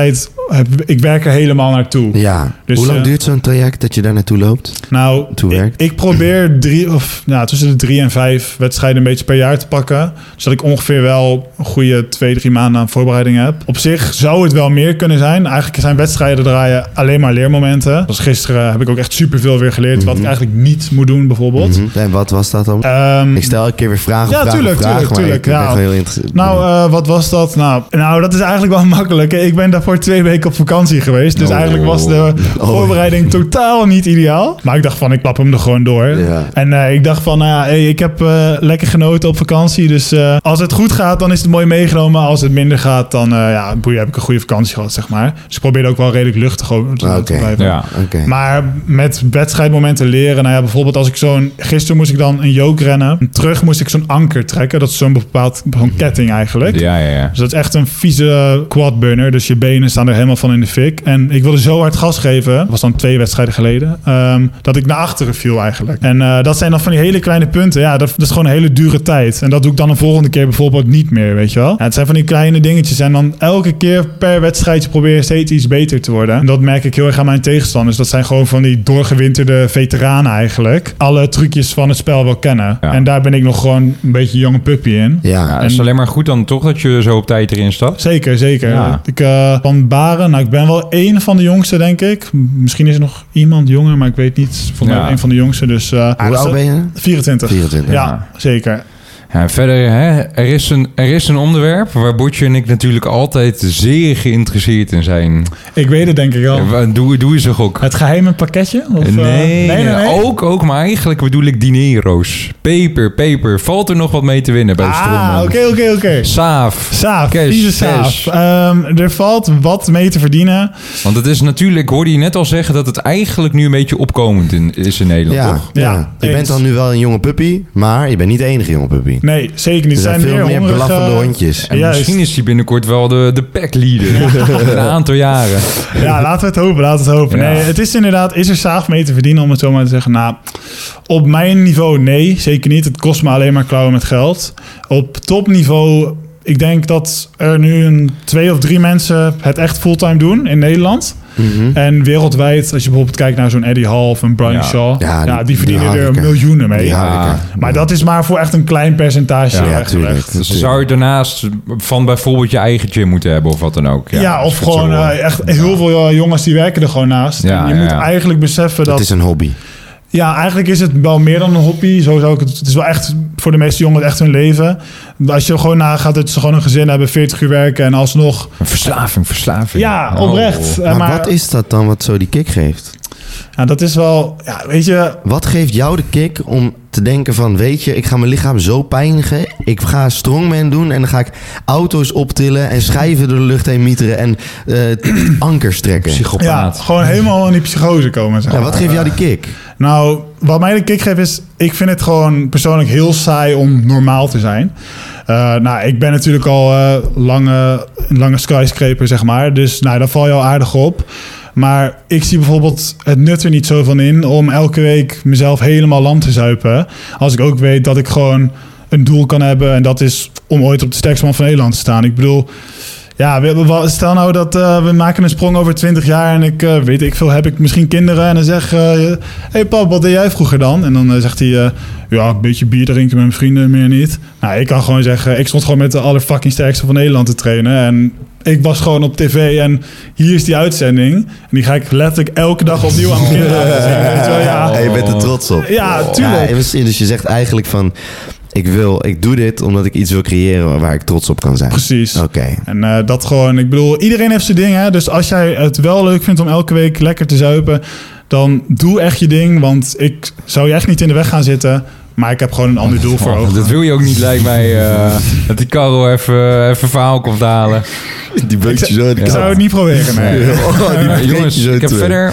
heb, ik werk er helemaal naartoe. Ja. Dus, Hoe lang uh, duurt zo'n traject dat je daar naartoe loopt? Nou, Toe ik, werkt? ik probeer drie of ja, tussen de drie en vijf wedstrijden een beetje per jaar te pakken. Dus dat ik ongeveer wel een goede twee, drie maanden aan voorbereiding heb. Op zich zou het wel meer kunnen zijn. Eigenlijk zijn wedstrijden draaien alleen maar leermomenten. Zoals gisteren heb ik ook echt superveel weer geleerd. Mm-hmm. Wat ik eigenlijk niet moet doen bijvoorbeeld. Mm-hmm. En wat was dat dan? Um, ik stel een keer weer vragen ja, of vragen tuurlijk, of vragen, tuurlijk, maar tuurlijk, ik ben ja. gewoon heel interessant. Nou, uh, wat was dat? Nou, nou, dat is eigenlijk wel makkelijk. Ik ben daarvoor twee weken op vakantie geweest. Dus oh. eigenlijk was de voorbereiding oh. totaal niet ideaal. Maar ik dacht van, ik klap hem er gewoon door. Ja. En uh, ik dacht van, nou ja, hey, ik heb uh, lekker genoten op vakantie. Dus uh, als het goed gaat, dan is het mooi meegenomen. Als het minder gaat, dan uh, ja, boeien, heb ik een goede vakantie gehad, zeg maar. Dus ik probeerde ook wel redelijk luchtig over te okay. blijven. Ja. Okay. Maar met wedstrijdmomenten leren. Nou ja, bijvoorbeeld als ik zo'n... Gisteren moest ik dan een yoke rennen. Terug moest ik zo'n anker trekken. Dat is zo'n bepaald zo'n ketting eigenlijk. Ja, ja, ja. Dus dat is echt een vieze quadburner. Dus je benen staan er helemaal van in de fik. En ik wilde zo hard gas geven. Dat was dan twee wedstrijden geleden. Um, dat ik naar achteren viel eigenlijk. En uh, dat zijn dan van die hele kleine punten. Ja, dat, dat is gewoon een hele dure tijd. En dat doe ik dan een volgende keer bijvoorbeeld niet meer, weet je wel. Ja, het zijn van die kleine dingetjes. En dan elke keer per wedstrijdje probeer je steeds iets beter te worden. En dat merk ik heel erg aan mijn tegenstanders. Dat zijn gewoon van die doorgewinterde veteranen eigenlijk. Alle trucjes van het spel wel kennen. Ja. En daar ben ik nog gewoon een beetje jonge puppy in. Ja, ja het is alleen maar goed dan toch dat je zo op tijd erin stapt. Zeker, zeker. Ja. Ik, uh, van Baren, nou ik ben wel één van de jongste, denk ik. Misschien is er nog iemand jonger, maar ik weet niet. Volgens mij ja. een van de jongste. Dus, uh, Hoe oud ben je? vierentwintig. vierentwintig. Ja, ja. zeker. Ja, verder, hè, er, is een, er is een onderwerp waar Botje en ik natuurlijk altijd zeer geïnteresseerd in zijn. Ik weet het denk ik al. Ja, doe, doe je zo ook. Het geheime pakketje? Of, nee, uh, nee, nee, nee, nee, Ook, ook, maar eigenlijk bedoel ik dinero's. Peper, peper. Valt er nog wat mee te winnen bij de Stroomman? Ah, oké, oké, oké. Saaf. Saaf, cash, vieze saaf. Um, er valt wat mee te verdienen. Want het is natuurlijk, ik hoorde je net al zeggen dat het eigenlijk nu een beetje opkomend in, is in Nederland, ja, toch? Ja, ja. je eens. bent dan nu wel een jonge puppy, maar je bent niet de enige jonge puppy. Nee, zeker niet. Er zijn, zijn veel meer honderige... blaffende hondjes. En Juist. misschien is hij binnenkort wel de, de packleader. Ja. Een aantal jaren. Ja, laten we het hopen, laten we het hopen. Ja. Nee, het is inderdaad, is er saaf mee te verdienen om het zo maar te zeggen. Nou, op mijn niveau nee, zeker niet. Het kost me alleen maar klauwen met geld. Op topniveau, ik denk dat er nu een twee of drie mensen het echt fulltime doen in Nederland. Mm-hmm. En wereldwijd, als je bijvoorbeeld kijkt naar zo'n Eddie Hall of een Brian ja. Shaw, ja, die, ja, die verdienen die er miljoenen mee. Ja. Maar dat is maar voor echt een klein percentage. Ja, tuurlijk. Dus zou je daarnaast van bijvoorbeeld je eigen gym moeten hebben of wat dan ook. Ja, ja of gewoon uh, echt heel veel jongens die werken er gewoon naast. Ja, je ja, moet ja. eigenlijk beseffen dat... Het is een hobby. Ja, eigenlijk is het wel meer dan een hobby. Zo zou ik het, het is wel echt voor de meeste jongens echt hun leven. Als je gewoon nagaat dat ze gewoon een gezin hebben, veertig uur werken en alsnog... Een verslaving, verslaving. Ja, oprecht. Oh. Maar, maar wat is dat dan wat zo die kick geeft? Ja, dat is wel... Ja, weet je... Wat geeft jou de kick om te denken van... weet je, ik ga mijn lichaam zo pijnigen. Ik ga strongman doen en dan ga ik auto's optillen... en schijven door de lucht heen mieteren en uh, ankers trekken. Psychopaat. Ja, gewoon helemaal in die psychose komen. Zeg maar. Ja, wat geeft jou die kick? Nou, wat mij de kick geeft is... ik vind het gewoon persoonlijk heel saai om normaal te zijn. Uh, nou, ik ben natuurlijk al uh, lange, lange skyscraper, zeg maar. Dus nou, daar val je al aardig op. Maar ik zie bijvoorbeeld het nut er niet zo van in... om elke week mezelf helemaal lam te zuipen. Als ik ook weet dat ik gewoon een doel kan hebben... en dat is om ooit op de sterkste man van Nederland te staan. Ik bedoel... Ja, stel nou dat uh, we maken een sprong over twintig jaar... en ik uh, weet ik veel, heb ik misschien kinderen... en dan zeg hé uh, hey pap, wat deed jij vroeger dan? En dan uh, zegt hij... Uh, ja, een beetje bier drinken met mijn vrienden, meer niet. Nou, ik kan gewoon zeggen... ik stond gewoon met de allerfucking sterkste van Nederland te trainen... en ik was gewoon op tv en hier is die uitzending. En die ga ik letterlijk elke dag opnieuw aan mijn kinderen laten zien. Weet je, ja. En je bent er trots op. Ja, tuurlijk. Ja, dus je zegt eigenlijk van... Ik, wil, ik doe dit omdat ik iets wil creëren waar ik trots op kan zijn. Precies. Oké. Okay. En uh, dat gewoon, ik bedoel, iedereen heeft zijn ding. Hè? Dus als jij het wel leuk vindt om elke week lekker te zuipen... dan doe echt je ding. Want ik zou je echt niet in de weg gaan zitten... Maar ik heb gewoon een ander doel voor ogen. Dat wil je ook niet, lijkt mij. Uh, dat die Karel even, even verhaal komt halen. Die beukje zo. Ik ja. zou het niet proberen, nee. Oh, die uh, jongens, ik heb verder...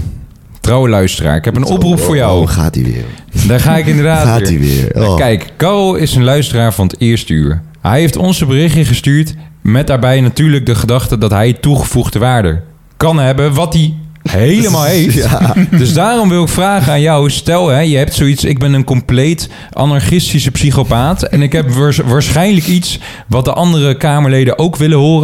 Trouwe luisteraar, ik heb een oproep voor jou. Oh, gaat hij weer. Daar ga ik inderdaad gaat hij weer. weer. Oh. Kijk, Karel is een luisteraar van het eerste uur. Hij heeft ons een berichtje gestuurd... met daarbij natuurlijk de gedachte dat hij toegevoegde waarde kan hebben... wat hij helemaal heeft. Ja. Dus daarom wil ik vragen aan jou... stel, hè, je hebt zoiets... ik ben een compleet anarchistische psychopaat... en ik heb waarschijnlijk iets... wat de andere Kamerleden ook willen horen...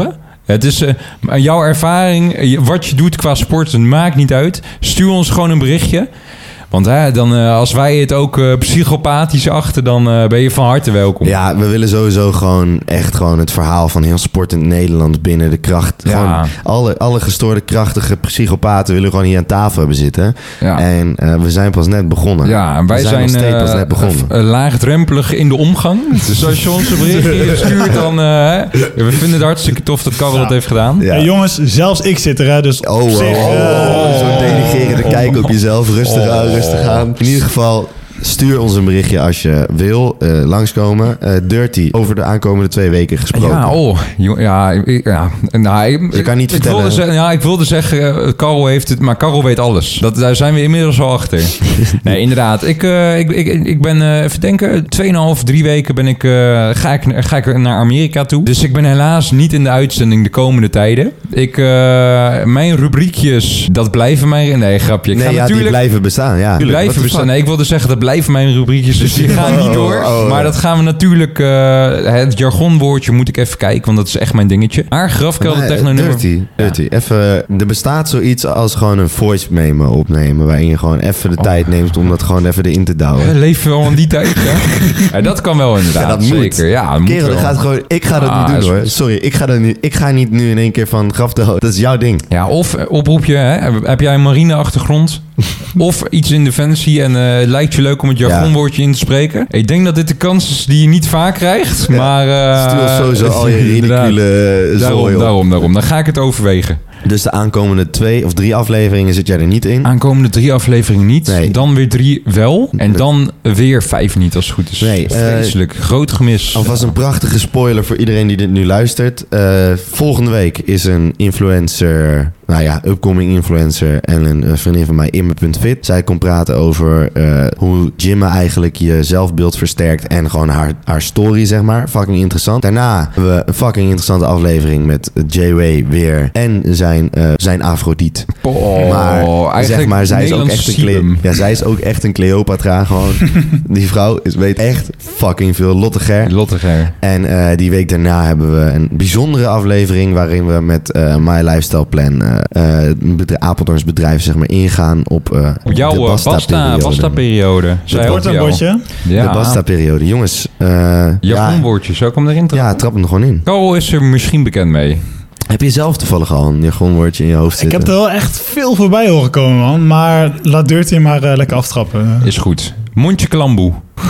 Het is uh, jouw ervaring, wat je doet qua sport, het maakt niet uit. Stuur ons gewoon een berichtje. Want hè, dan, uh, als wij het ook uh, psychopathisch achten, dan uh, ben je van harte welkom. Ja, we willen sowieso gewoon echt gewoon het verhaal van heel sport in Nederland binnen de kracht. Ja. Gewoon alle, alle gestoorde, krachtige psychopaten willen gewoon hier aan tafel hebben zitten. Ja. En uh, we zijn pas net begonnen. Ja, en wij we zijn, zijn nog steeds uh, pas net begonnen. Uh, laagdrempelig in de omgang. Dus als je ons een berichtje stuurt, dan... Uh, we vinden het hartstikke tof dat Karel ja. dat heeft gedaan. Ja. Hey, jongens, zelfs ik zit er, hè, dus oh, oh, zich, oh, uh, oh, Zo'n denigrerende oh, kijk op jezelf. Rustig oh, aan, rustig aan. In ieder geval... Stuur ons een berichtje als je wil uh, langskomen. Uh, Dirty, over de aankomende twee weken gesproken. Ja, oh. Ja, ja. Nou, ik, je kan niet ik vertellen. Wilde zeggen, ja, ik wilde zeggen, uh, Karel heeft het, maar Karel weet alles. Dat, daar zijn we inmiddels al achter. Nee, inderdaad. Ik, uh, ik, ik, ik ben, uh, even denken, tweeënhalf, drie weken ben ik, uh, ga, ik, ga ik naar Amerika toe. Dus ik ben helaas niet in de uitzending de komende tijden. Ik, uh, mijn rubriekjes, dat blijven mijn... Nee, grapje. Ik nee, ga ja, natuurlijk, die blijven bestaan. Ja. Die blijven bestaan. Nee, ik wilde zeggen, dat blijven mijn rubriekjes, dus die gaan niet door. Oh, oh, maar dat gaan we natuurlijk... Uh, het jargonwoordje moet ik even kijken, want dat is echt mijn dingetje. Maar grafkelder techno-nummer... Dirty, dirty. Ja. Even, er bestaat zoiets als gewoon een voice memo opnemen, waarin je gewoon even de oh. tijd neemt om dat gewoon even erin te douwen. Ja, leven we al in die tijd, ja? Ja, dat kan wel inderdaad, ja, dat zeker. Moet. Ja, dat Kerel, moet gaat gewoon, ik ga dat ah, niet doen hoor. Sorry, ik ga, dat niet, ik ga niet nu in één keer van graftelder. Dat is jouw ding. Ja, of oproepje, hè? Heb jij een marine-achtergrond? Of iets in Defensie en uh, lijkt je leuk om het jargonwoordje ja. in te spreken. Ik denk dat dit de kans is die je niet vaak krijgt. Ja. Maar uh, stuur sowieso al je ridicule daarom, daarom, daarom. Dan ga ik het overwegen. Dus de aankomende twee of drie afleveringen zit jij er niet in? Aankomende drie afleveringen niet. Nee. Dan weer drie wel. En dan weer vijf niet als het goed is. Nee, vreselijk. Uh, Groot gemis. Alvast een prachtige spoiler voor iedereen die dit nu luistert. Uh, volgende week is een influencer... Nou ja, upcoming influencer en een vriendin van mij, Imme punt fit. Zij komt praten over uh, hoe gymmen eigenlijk je zelfbeeld versterkt en gewoon haar, haar story, zeg maar. Fucking interessant. Daarna hebben we een fucking interessante aflevering met J-Way weer en zijn, uh, zijn Afrodite. Oh, maar zeg maar, zij is ook echt een Cle- ja, zij is ook echt een Cleopatra gewoon. Die vrouw is, weet echt fucking veel. Lotte Ger. Lotte Ger. En uh, die week daarna hebben we een bijzondere aflevering waarin we met uh, My Lifestyle Plan... Uh, Uh, bedrijf, Apeldoorns bedrijf zeg maar ingaan op, uh, op jouw de Basta-periode. Basta-periode. Wordt een bordje? Ja. De Basta-periode. Jongens. Uh, jargonwoordje, ja, zou ik hem erin trappen? Ja, trap hem er gewoon in. Karel is er misschien bekend mee. Heb je zelf toevallig al een jargonwoordje in je hoofd zitten? Ik heb er wel echt veel voorbij horen komen, man. Maar laat Dirty maar uh, lekker aftrappen. Is goed. Mondje klamboe.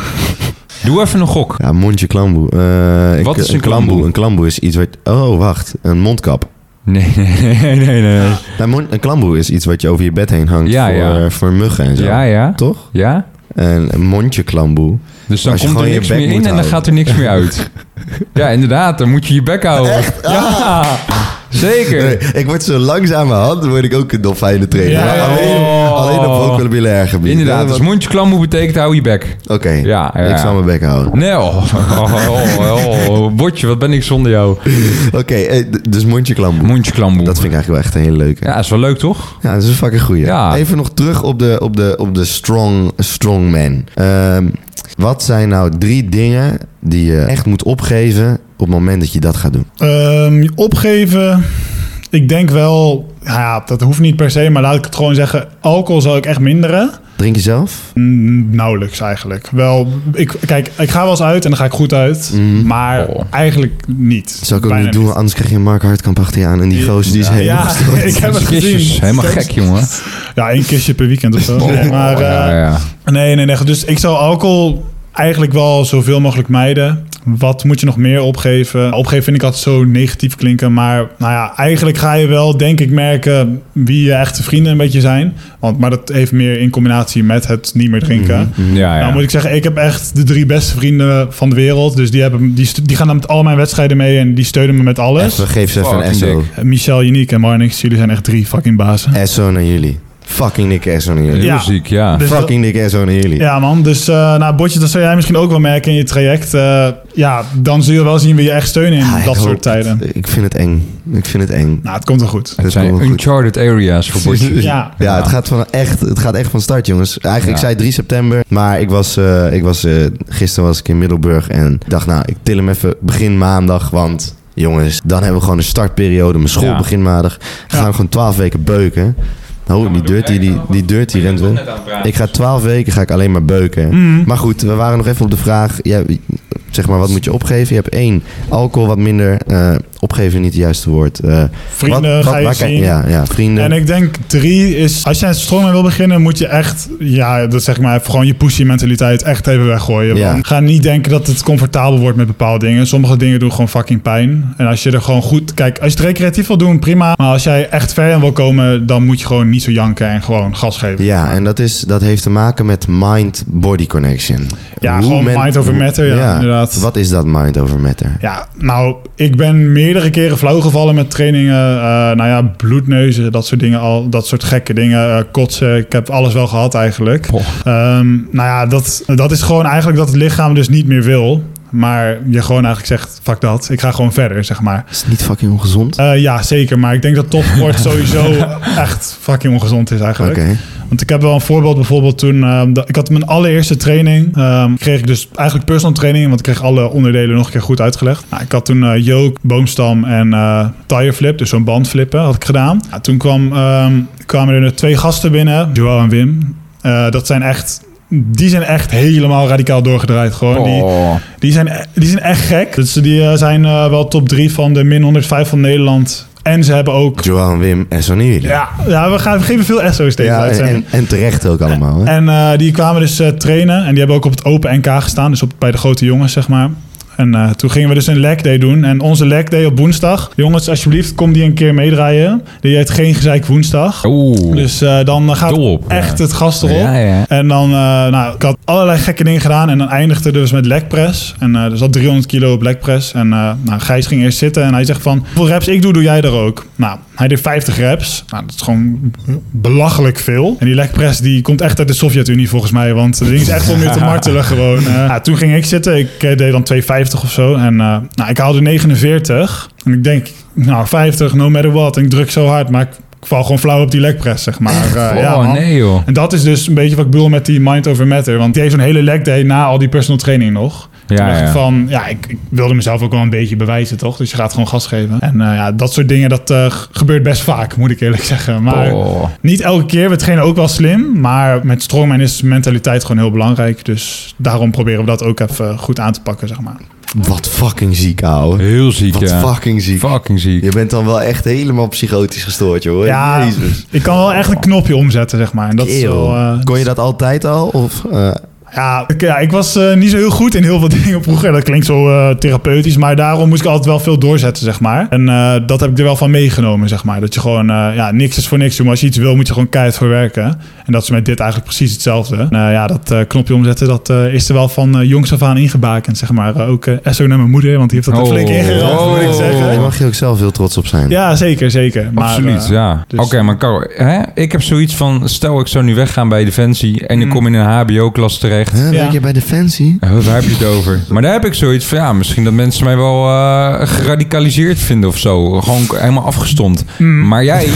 Doe even een gok. Ja, mondje klamboe. Uh, Wat ik, is een, een klamboe? klamboe? Een klamboe is iets wat... Oh, wacht. Een mondkap. Nee, nee, nee, nee. nee. Nou, een klamboe is iets wat je over je bed heen hangt ja, voor, ja. voor muggen en zo. Ja, ja. Toch? Ja. En een mondje klamboe. Dus dan komt er niks meer in en dan houden. Gaat er niks meer uit. Ja, inderdaad. Dan moet je je bek houden. Echt? Ja. Ah. Zeker. Nee, ik word zo langzamerhand, dan word ik ook een dolfijnen trainer. Ja, ja, alleen, oh. alleen op vocabulaire gebied. Inderdaad, ja, dus mondje klamboe betekent hou je bek. Oké, okay. ja, ja. Ik zal mijn bek houden. Nee, oh, oh, oh, oh, oh. Botje, wat ben ik zonder jou? Oké, okay, dus mondje klamboe. Mondje klamboe. Dat vind ik eigenlijk wel echt een hele leuke. Ja, is wel leuk, toch? Ja, dat is een fucking goeie. Ja. Even nog terug op de, op de, op de strong, strong man. Um, wat zijn nou drie dingen die je echt moet opgeven op het moment dat je dat gaat doen? Um, opgeven... Ik denk wel, ja, dat hoeft niet per se, maar laat ik het gewoon zeggen. Alcohol zou ik echt minderen. Drink je zelf? Mm, nauwelijks eigenlijk. Wel, ik, kijk, ik ga wel eens uit en dan ga ik goed uit. Mm. Maar oh. eigenlijk niet. Dat zou ik ook Bijna niet doen, niet. Anders krijg je een Mark Hartkamp achter je aan. En die ja. gozer die is ja, helemaal ja, ik heb het gezien. Helemaal gek, jongen. Ja, één kistje per weekend of zo. Oh, nee, maar, oh, ja, uh, ja. nee, nee, nee. Dus ik zou alcohol eigenlijk wel zoveel mogelijk mijden. Wat moet je nog meer opgeven? Opgeven vind ik altijd zo negatief klinken. Maar nou ja, eigenlijk ga je wel, denk ik, merken wie je echte vrienden een beetje zijn. Want, maar dat heeft meer in combinatie met het niet meer drinken. Mm-hmm. Ja, ja. Nou moet ik zeggen, ik heb echt de drie beste vrienden van de wereld. Dus die, hebben, die, die gaan dan met al mijn wedstrijden mee en die steunen me met alles. Even, geef ze even oh, een S O. Michel, Unique en Marnix, jullie zijn echt drie fucking bazen. S O naar jullie. Fucking dikke S O naar jullie. Heel ja. ziek, ja. Dus fucking dikke S O naar jullie. Ja, man. Dus, uh, nou, Botje, dat zou jij misschien ook wel merken in je traject. Uh, ja, dan zul je wel zien wie je echt steunen in ja, dat soort tijden. Het. Ik vind het eng. Ik vind het eng. Nou, het komt wel goed. Het, het zijn uncharted goed. areas voor Botje. ja. Ja, ja, het gaat van echt, het gaat echt van start, jongens. Eigenlijk, ja. ik zei drie september. Maar ik was, uh, ik was uh, gisteren was ik in Middelburg en dacht, nou, ik til hem even begin maandag, want jongens, dan hebben we gewoon een startperiode. Mijn school Ja. begint maandag. Gaan Ja. we gewoon twaalf weken beuken. Oh, die Dirty, die, die Dirty rent we. Ik ga twaalf weken ga ik alleen maar beuken. Mm. Maar goed, we waren nog even op de vraag. Jij, zeg maar, wat moet je opgeven? Je hebt één, alcohol wat minder. Uh, opgeven niet het juiste woord. Uh, Vrienden wat, wat, ga je waar kijk- zien. Ja, ja, vrienden. En ik denk drie is, als je aan strongman wil beginnen, moet je echt, ja, dat zeg maar even gewoon je pussy mentaliteit echt even weggooien. Ja. Want ga niet denken dat het comfortabel wordt met bepaalde dingen. Sommige dingen doen gewoon fucking pijn. En als je er gewoon goed, kijk, als je het recreatief wil doen, prima. Maar als jij echt ver in wil komen, dan moet je gewoon niet zo janken en gewoon gas geven. Ja, en dat, is, dat heeft te maken met mind-body connection. Ja, Hoe gewoon men- mind over matter, ja, inderdaad. Wat is dat mind over matter? Ja, nou, ik ben meerdere keren flauw gevallen met trainingen. Uh, nou ja, bloedneuzen, dat soort dingen al. Dat soort gekke dingen. Uh, kotsen, ik heb alles wel gehad eigenlijk. Oh. Um, nou ja, dat, dat is gewoon eigenlijk dat het lichaam dus niet meer wil. Maar je gewoon eigenlijk zegt, fuck dat. Ik ga gewoon verder, zeg maar. Is het niet fucking ongezond? Uh, ja, zeker. Maar ik denk dat topsport sowieso echt fucking ongezond is eigenlijk. Oké. Want ik heb wel een voorbeeld bijvoorbeeld toen... Uh, dat, ik had mijn allereerste training. Um, kreeg ik dus eigenlijk personal training. Want ik kreeg alle onderdelen nog een keer goed uitgelegd. Nou, ik had toen uh, yoke, boomstam en uh, tire flip. Dus zo'n bandflippen had ik gedaan. Nou, toen kwam, um, kwamen er twee gasten binnen. Joel en Wim. Uh, dat zijn echt... Die zijn echt helemaal radicaal doorgedraaid. Gewoon. Oh. Die, die, zijn, die zijn echt gek. Dus die uh, zijn uh, wel top drie van de min honderdvijf van Nederland. En ze hebben ook... Joel en Wim en Sonny. Ja, ja we, gaan, we geven veel S O's tegen Ja, uit. en, en terecht ook allemaal. Hè? En uh, die kwamen dus uh, trainen. En die hebben ook op het Open N K gestaan. Dus op, bij de grote jongens, zeg maar. En uh, toen gingen we dus een leg day doen. En onze leg day op woensdag. Jongens, alsjeblieft, kom die een keer meedraaien. Die heet Geen Gezeik Woensdag. Oeh. Dus uh, dan gaat Dol op, echt ja. het gas erop. Ja, ja. En dan, uh, nou, ik had allerlei gekke dingen gedaan. En dan eindigde dus met leg press. En uh, er zat driehonderd kilo op leg press. En uh, nou, Gijs ging eerst zitten. En hij zegt van, hoeveel reps ik doe, doe jij er ook. Nou, hij deed vijftig reps. Nou, dat is gewoon belachelijk veel. En die leg press, die komt echt uit de Sovjet-Unie volgens mij. Want het ding is echt om je te martelen gewoon. Uh, nou, toen ging ik zitten. Ik uh, deed dan tweehonderdvijftig of zo. En uh, nou, ik haalde negenenveertig. En ik denk, nou, vijftig, no matter what. En ik druk zo hard, maar ik, ik val gewoon flauw op die leg press, zeg maar. Uh, Oh, ja, man. nee joh. En dat is dus een beetje wat ik bedoel met die mind over matter. Want die heeft zo'n hele leg day na al die personal training nog. Toen Ja, dacht ik ja. van, ja, ik, ik wilde mezelf ook wel een beetje bewijzen, toch? Dus je gaat gewoon gas geven. En uh, ja, dat soort dingen, dat uh, gebeurt best vaak, moet ik eerlijk zeggen. Maar Oh. niet elke keer. We trainen ook wel slim. Maar met strongman is mentaliteit gewoon heel belangrijk. Dus daarom proberen we dat ook even goed aan te pakken, zeg maar. Wat fucking ziek, ouwe. Heel ziek, Wat ja. fucking ziek. Fucking ziek. Je bent dan wel echt helemaal psychotisch gestoord, joh. Ja, Jezus. ik kan wel echt een knopje omzetten, zeg maar. En dat is Kerel. wel, uh, Kon je dat altijd al? Of, uh, Ja, ik, ja, ik was uh, niet zo heel goed in heel veel dingen vroeger. Dat klinkt zo uh, therapeutisch, maar daarom moest ik altijd wel veel doorzetten, zeg maar. En uh, dat heb ik er wel van meegenomen, zeg maar. Dat je gewoon, uh, ja, niks is voor niks. Maar als je iets wil, moet je gewoon keihard voor werken. En dat is met dit eigenlijk precies hetzelfde. Uh, ja, dat uh, knopje omzetten, dat uh, is er wel van uh, jongs af aan ingebakend, zeg maar. Uh, ook uh, S O naar mijn moeder, want die heeft dat er Oh. flink ingeramd, Oh. moet ik zeggen. daar mag je ook zelf heel trots op zijn. Ja, zeker, zeker. Maar, Absoluut, uh, ja. dus- Oké, maar Karel, hè? Ik heb zoiets van... Stel, ik zou nu weggaan bij Defensie... en ik Mm. kom in een H B O-klas terecht. Huh, Ja. werk je bij Defensie? Oh, waar heb je het over? Maar daar heb ik zoiets van... Ja, misschien dat mensen mij wel eh, geradicaliseerd vinden of zo. Gewoon helemaal afgestompt. Mm. Maar jij...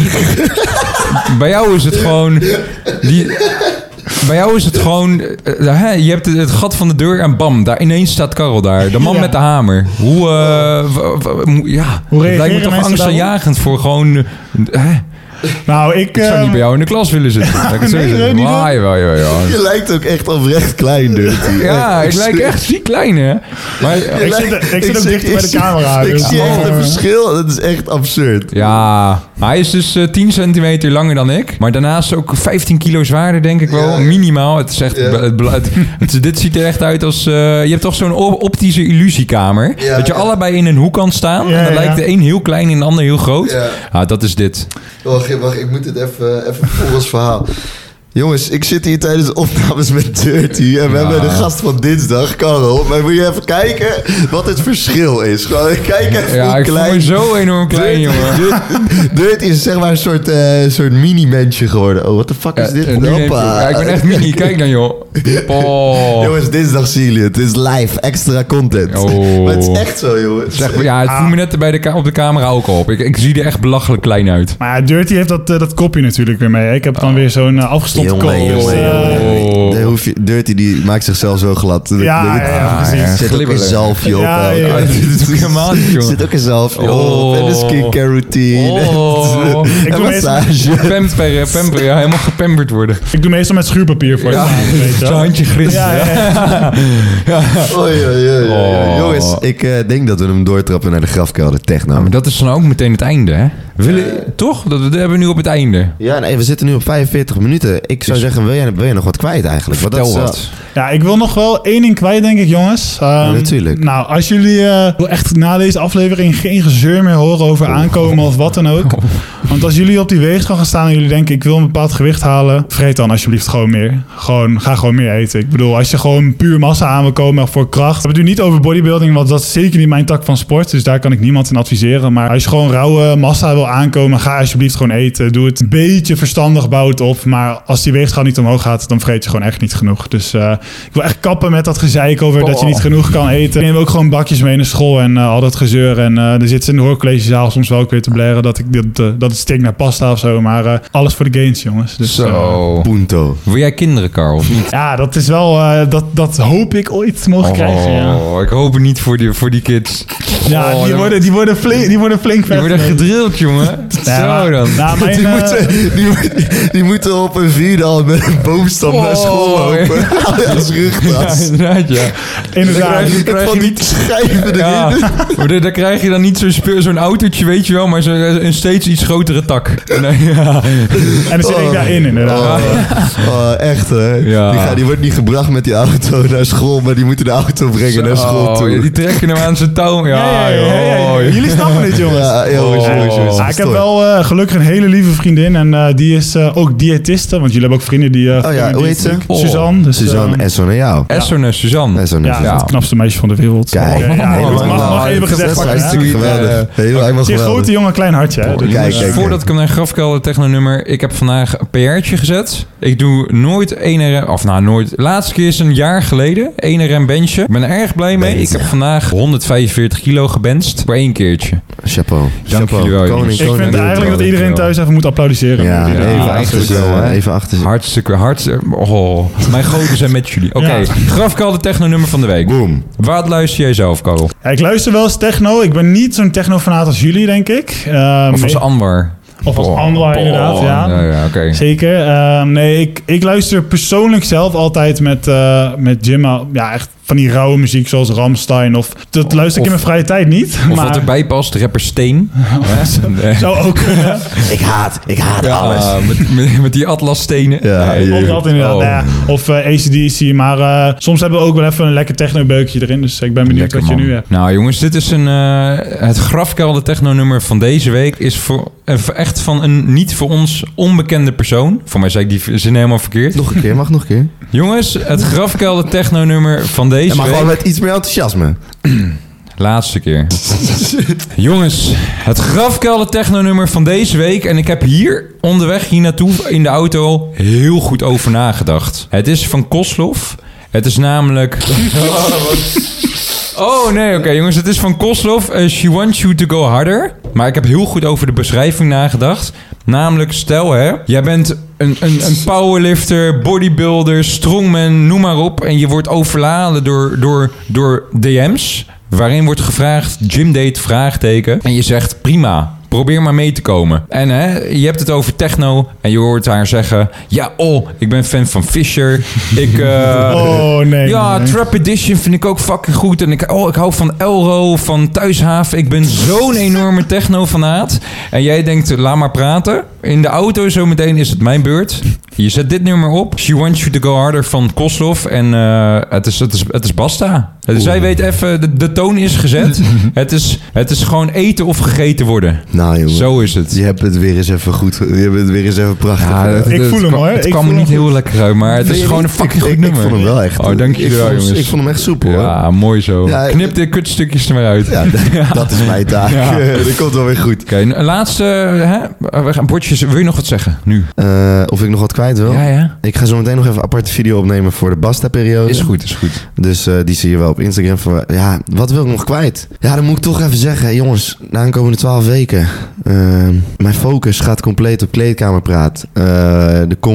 bij jou is het gewoon... Die, bij jou is het gewoon... eh, hè, je hebt het, het gat van de deur en bam, daar ineens staat Karel daar. De man Ja. met de hamer. Hoe... eh, w- w- mo- ja, Hoe het lijkt me reageren toch mensen angstaanjagend voor gewoon... eh, hè? Nou, ik... Ik zou uh, niet bij jou in de klas willen zitten. Laat ik het zo Nee, zeggen. nee, niet Ah, jawel, jawel, jawel. Je lijkt ook echt oprecht klein, Dirty. Ja, ik lijk echt ziek klein, hè? Maar Ik zit, ik zit ook zie- dichter bij de zie- camera. Ik dus- zie echt een Oh. verschil. Dat is echt absurd. ja, hij is dus uh, tien centimeter langer dan ik. Maar daarnaast ook vijftien kilo zwaarder, denk ik wel. Ja. Minimaal. Het is echt... Ja. Het, het, het- dit ziet er echt uit als... uh, je hebt toch zo'n o- optische illusiekamer? Ja, dat je ja. allebei in een hoek kan staan. Ja, en dan ja. lijkt de een heel klein en de ander heel groot. Ja. Ah, dat is dit. Wacht, wacht, ik moet het even, even volgens verhaal. Jongens, ik zit hier tijdens de opnames met Dirty. En we Ja. hebben de gast van dinsdag, Karel. Maar moet je even kijken wat het verschil is. Gewoon, kijk even Ja, hoe ik voel klein... me zo enorm klein, Dirty- jongen. Dirty- Dirty is zeg maar een soort, eh, soort mini-mensje geworden. Oh, what the fuck is Ja, dit? en nu denk ik- Hoppa. ja, ik ben echt mini. Kijk dan, joh. Oh. Jongens, dinsdag zien jullie het. Het is live, extra content. Oh. Maar het is echt zo, jongens. Zeg, maar, ja, het viel me net bij de ka- op de camera ook al op. Ik, ik zie er echt belachelijk klein uit. Maar ja, Dirty heeft dat, uh, dat kopje natuurlijk weer mee. Hè? Ik heb dan weer zo'n uh, afgestompt Jongen, kop. jongen, Dus, uh, jongen. Oh. De- hoef je, Dirty die maakt zichzelf zo glad. Ja, ja, ja, precies. Er zit ook een Glibberlijk. zalfje op. Ja, elk- ja, ja. Ah, dit is ook helemaal niet, Er jongen. zit ook een zalfje Oh. op. En een skincare routine. Oh. Ik En doe meestal- massage. Pamperen, pamperen, ja, helemaal gepamperd worden. Ik doe meestal met schuurpapier voor je Ja, aan, weet je wel. zo'n handje grist. Ja, ja, ja. Oei, oei, oei, oei. Oh. Jongens, ik eh, denk dat we hem doortrappen naar de grafkelder techno. Nou, maar dat is dan ook meteen het einde, hè? Willen, toch? Dat, dat hebben we nu op het einde. Ja, nee, we zitten nu op vijfenveertig minuten. Ik zou Dus- zeggen, wil jij, wil jij nog wat kwijt eigenlijk? Want Vertel dat is, wat. Ja, ik wil nog wel één ding kwijt, denk ik, jongens. Ehm, Ja, natuurlijk. Nou, als jullie eh, echt na deze aflevering geen gezeur meer horen over aankomen of wat dan ook. Want als jullie op die weegschaal gaan staan en jullie denken, ik wil een bepaald gewicht halen, vreet dan alsjeblieft gewoon meer. Gewoon, ga gewoon meer eten. Ik bedoel, als je gewoon puur massa aan wil komen voor kracht. We hebben het nu niet over bodybuilding, want dat is zeker niet mijn tak van sport. Dus daar kan ik niemand in adviseren. Maar als je gewoon rauwe massa wil aankomen, ga alsjeblieft gewoon eten. Doe het een beetje verstandig, bouw het op. Maar als die weegschaal niet omhoog gaat, dan vreet je gewoon echt niet genoeg. Dus uh, ik wil echt kappen met dat gezeik over dat je niet genoeg kan eten. Ik neem ook gewoon bakjes mee naar school en uh, al dat gezeur. En uh, er zit ze in de hoorcollegezaal soms wel ook weer te blaren dat, ik, dat, uh, dat het stinkt naar pasta of zo. Maar uh, alles voor de gains, jongens. Dus, uh, Zo. Punto. Wil jij kinderen, Carl, of niet? ja, dat is wel, uh, dat, dat hoop ik ooit te mogen krijgen. Ja, Oh, ik hoop het niet voor die, voor die kids. ja Oh, die, dan- worden, die, worden flink, die worden flink Die vet. worden gedrild, jongen. Ja, Zo maar- dan. Nou, mijn, Die, uh, moeten, die, moet- die moeten op een vierde al met een boomstam naar school Oh, lopen. Als Ja, rugtas. inderdaad, ja. inderdaad. Dan krijg je- Ik vond die schijven erin. Ja, maar dan dan krijg je dan niet zo'n speel- zo'n autootje, weet je wel, maar zo, een steeds iets grotere tak. Nee, ja. En dan zit ik daarin, inderdaad. Oh, oh, echt hè. Ja. Die, gaat, die wordt niet gebracht met die auto naar school, maar die moeten de auto brengen naar school toe. Oh, ja, die trekken hem aan zijn touw. Ja, Ja, ja, ja, ja, ja. joh. Jullie snappen het, jongens. Ja, jongens, Oh. jongens, jongens. Ah, ik heb wel uh, gelukkig een hele lieve vriendin en uh, die is uh, ook diëtiste, want jullie hebben ook vrienden die... Uh, Oh ja, hoe heet ze? Oh. Suzanne. Dus, Suzanne, uh, Esso naar jou. Esserne Suzanne. Esso naar ja, jou. het knapste meisje van de wereld. Kijk, ja, ja, helemaal dat mag, mag geweldig. even gezegd Dat is worden. hè. hartstikke geweldig. Eh, Helemaal helemaal Het is een geweldig. grote jongen, klein hartje. Hè? Dus, Kijk, uh, kijk. Voordat ik hem naar grafkelder technonummer, ik heb vandaag een P R'tje gezet. Ik doe nooit ene rem, of nou nooit. De laatste keer is een jaar geleden, ene rem benchen. Ik ben er erg blij mee. Ik heb vandaag honderdvijfenveertig kilo gebencht voor één keertje. Chapeau. Dank Chapeau. jullie wel, Koning, jongens. ik koning. vind eigenlijk dat iedereen thuis even moet applaudisseren. Ja, Ja, even achter eigenlijk zo, wel, hè. hè. Even achter zo. Hartstikke, hartstikke. Oh, mijn goden zijn met jullie. Oké, Ja. grafkelder technonummer van de week. Boom. Wat luister jij zelf, Karel? Ja, ik luister wel eens techno. Ik ben niet zo'n techno-fanaat als jullie, denk ik. Um, Of als Anwar? Of als Oh, Anwar, oh, inderdaad, ja. Ja, ja, oké. Zeker. Ehm, nee, ik, ik luister persoonlijk zelf altijd met, uh, met Jim. Ja, echt van die rauwe muziek zoals Rammstein. Of dat luister ik Of- in mijn vrije tijd niet. Of maar wat erbij past, rapper Steen. Nee. zou ook kunnen. Ik haat, ik haat Ja, alles. met, met, met die atlasstenen. Ja, Nee. je- Of dat inderdaad. Oh. nou ja. Of uh, A C D C. Maar uh, soms hebben we ook wel even een lekker techno-beukje erin. Dus ik ben benieuwd Lekker, wat je man. nu hebt. Nou jongens, dit is een, uh, het grafkelder technonummer van deze week is voor, uh, echt van een niet voor ons onbekende persoon. Voor mij zei ik die zin helemaal verkeerd. Nog een keer, mag nog een keer. Jongens, het grafkelder technonummer van deze Ja, maar week. gewoon met iets meer enthousiasme. Laatste keer. Jongens, het grafkelder technonummer van deze week. En ik heb hier onderweg hier naartoe in de auto heel goed over nagedacht. Het is van Kosloff. Het is namelijk... Oh nee, oké jongens, het is van Kosloff. Uh, She Wants You To Go Harder. Maar ik heb heel goed over de beschrijving nagedacht. Namelijk, stel hè, jij bent een, een, een powerlifter, bodybuilder, strongman, noem maar op. En je wordt overladen door, door, door D M's. Waarin wordt gevraagd, gymdate, vraagteken. En je zegt, prima, probeer maar mee te komen. En hè, je hebt het over techno. En je hoort haar zeggen, ja, oh, ik ben fan van Fisher. Ik, uh, Oh nee. ja, nee. Trap Edition vind ik ook fucking goed. En ik, oh, ik hou van Elro, van Thuishaven. Ik ben zo'n enorme techno-fanaat. En jij denkt, laat maar praten. In de auto zometeen is het mijn beurt. Je zet dit nummer op. She Wants You To Go Harder van Kosloff. En uh, het, is, het, is, het is basta. Dus zij weet even, de, de toon is gezet. het, is, het is gewoon eten of gegeten worden. Nou jongen. Zo is het. Je hebt het weer eens even goed. Je hebt het weer eens even prachtig. Ja, gedaan. het, Ik het voel hem, kwam- hoor. Het Ik kwam voel er niet hem heel lekker uit, maar het Vind is je gewoon een niet? fucking ik, goed ik, nummer. Ik vond hem wel echt. Oh, dank jullie ik wel, vond, jongens. Ik vond hem echt soepel hoor. Ja, mooi zo. Ja, Knip de kutstukjes er maar uit. Ja, d- dat is mijn taak. Ja. Dat komt wel weer goed. Oké, een laatste, hè? We gaan bordjes. Wil je nog wat zeggen? Nu. Uh, of ik nog wat kwijt wil? Ja, ja. Ik ga zo meteen nog even een aparte video opnemen voor de Basta-periode. Is goed, is goed. Dus uh, die zie je wel op Instagram. Voor, ja, wat wil ik nog kwijt? Ja, dan moet ik toch even zeggen. Jongens, na de komende twaalf weken. Uh, mijn focus gaat compleet op kleedkamerpraat. Uh, er komt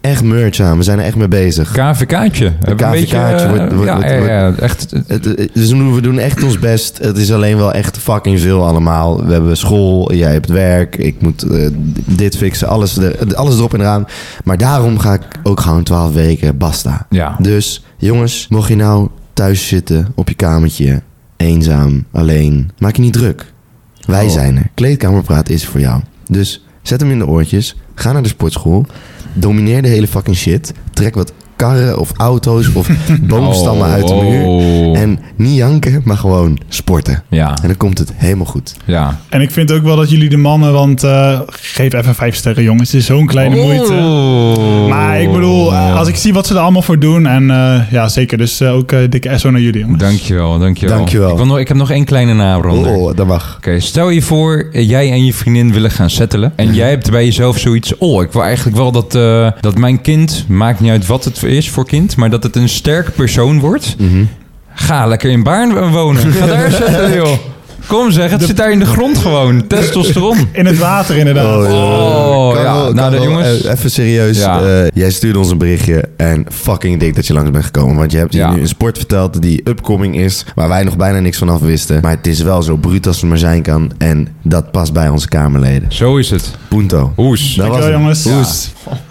echt merch aan. We zijn er echt mee bezig. K V K'tje. Een K V K'tje wordt... wordt, ja, wordt, ja, wordt ja, echt. het, het, dus we doen echt ons best. Het is alleen wel echt fucking veel allemaal. We hebben school, jij hebt werk. Ik moet uh, dit fixen. Alles, er, alles erop en eraan. Maar daarom ga ik ook gewoon twaalf weken. Basta. Ja. Dus jongens, mocht je nou thuis zitten op je kamertje... eenzaam, alleen... maak je niet druk. Wij Oh. zijn er. Kleedkamerpraat is voor jou. Dus zet hem in de oortjes. Ga naar de sportschool. Domineer de hele fucking shit. Trek wat karren of auto's of boomstammen Oh, uit de muur. oh. En niet janken, maar gewoon sporten. Ja, En dan komt het helemaal goed. ja. En ik vind ook wel dat jullie de mannen, want uh, geef even vijf sterren jongens. Het is zo'n kleine moeite. Oh. Maar ik bedoel, uh, als ik zie wat ze er allemaal voor doen. En uh, ja, zeker. Dus uh, ook uh, dikke S O naar jullie jongens. Dankjewel, dankjewel. Dankjewel. Ik, wil nog, ik heb nog één kleine nabrander. Oh, dat mag. Oké, stel je voor, eh, jij en je vriendin willen gaan settelen. En jij hebt bij jezelf zoiets... Oh, ik wil eigenlijk wel dat, uh, dat mijn kind... Maakt niet uit wat het is voor kind... Maar dat het een sterke persoon wordt. Mm-hmm. Ga lekker in Baarn wonen. Ga daar settelen, joh. Kom zeg, het De- zit daar in de grond gewoon. Testosteron. In het water inderdaad. Oh, Kan ja. wel- kan Nou, de wel. jongens... Eh, even serieus. Ja. Eh, jij stuurde ons een berichtje en fucking dik dat je langs bent gekomen. Want je hebt hier Ja. nu een sport verteld die upcoming is, waar wij nog bijna niks van af wisten. Maar het is wel zo bruut als het maar zijn kan. En dat past bij onze Kamerleden. Zo is het. Punto. Hoes. Dat was Dankjewel hem. jongens. Hoes. Ja.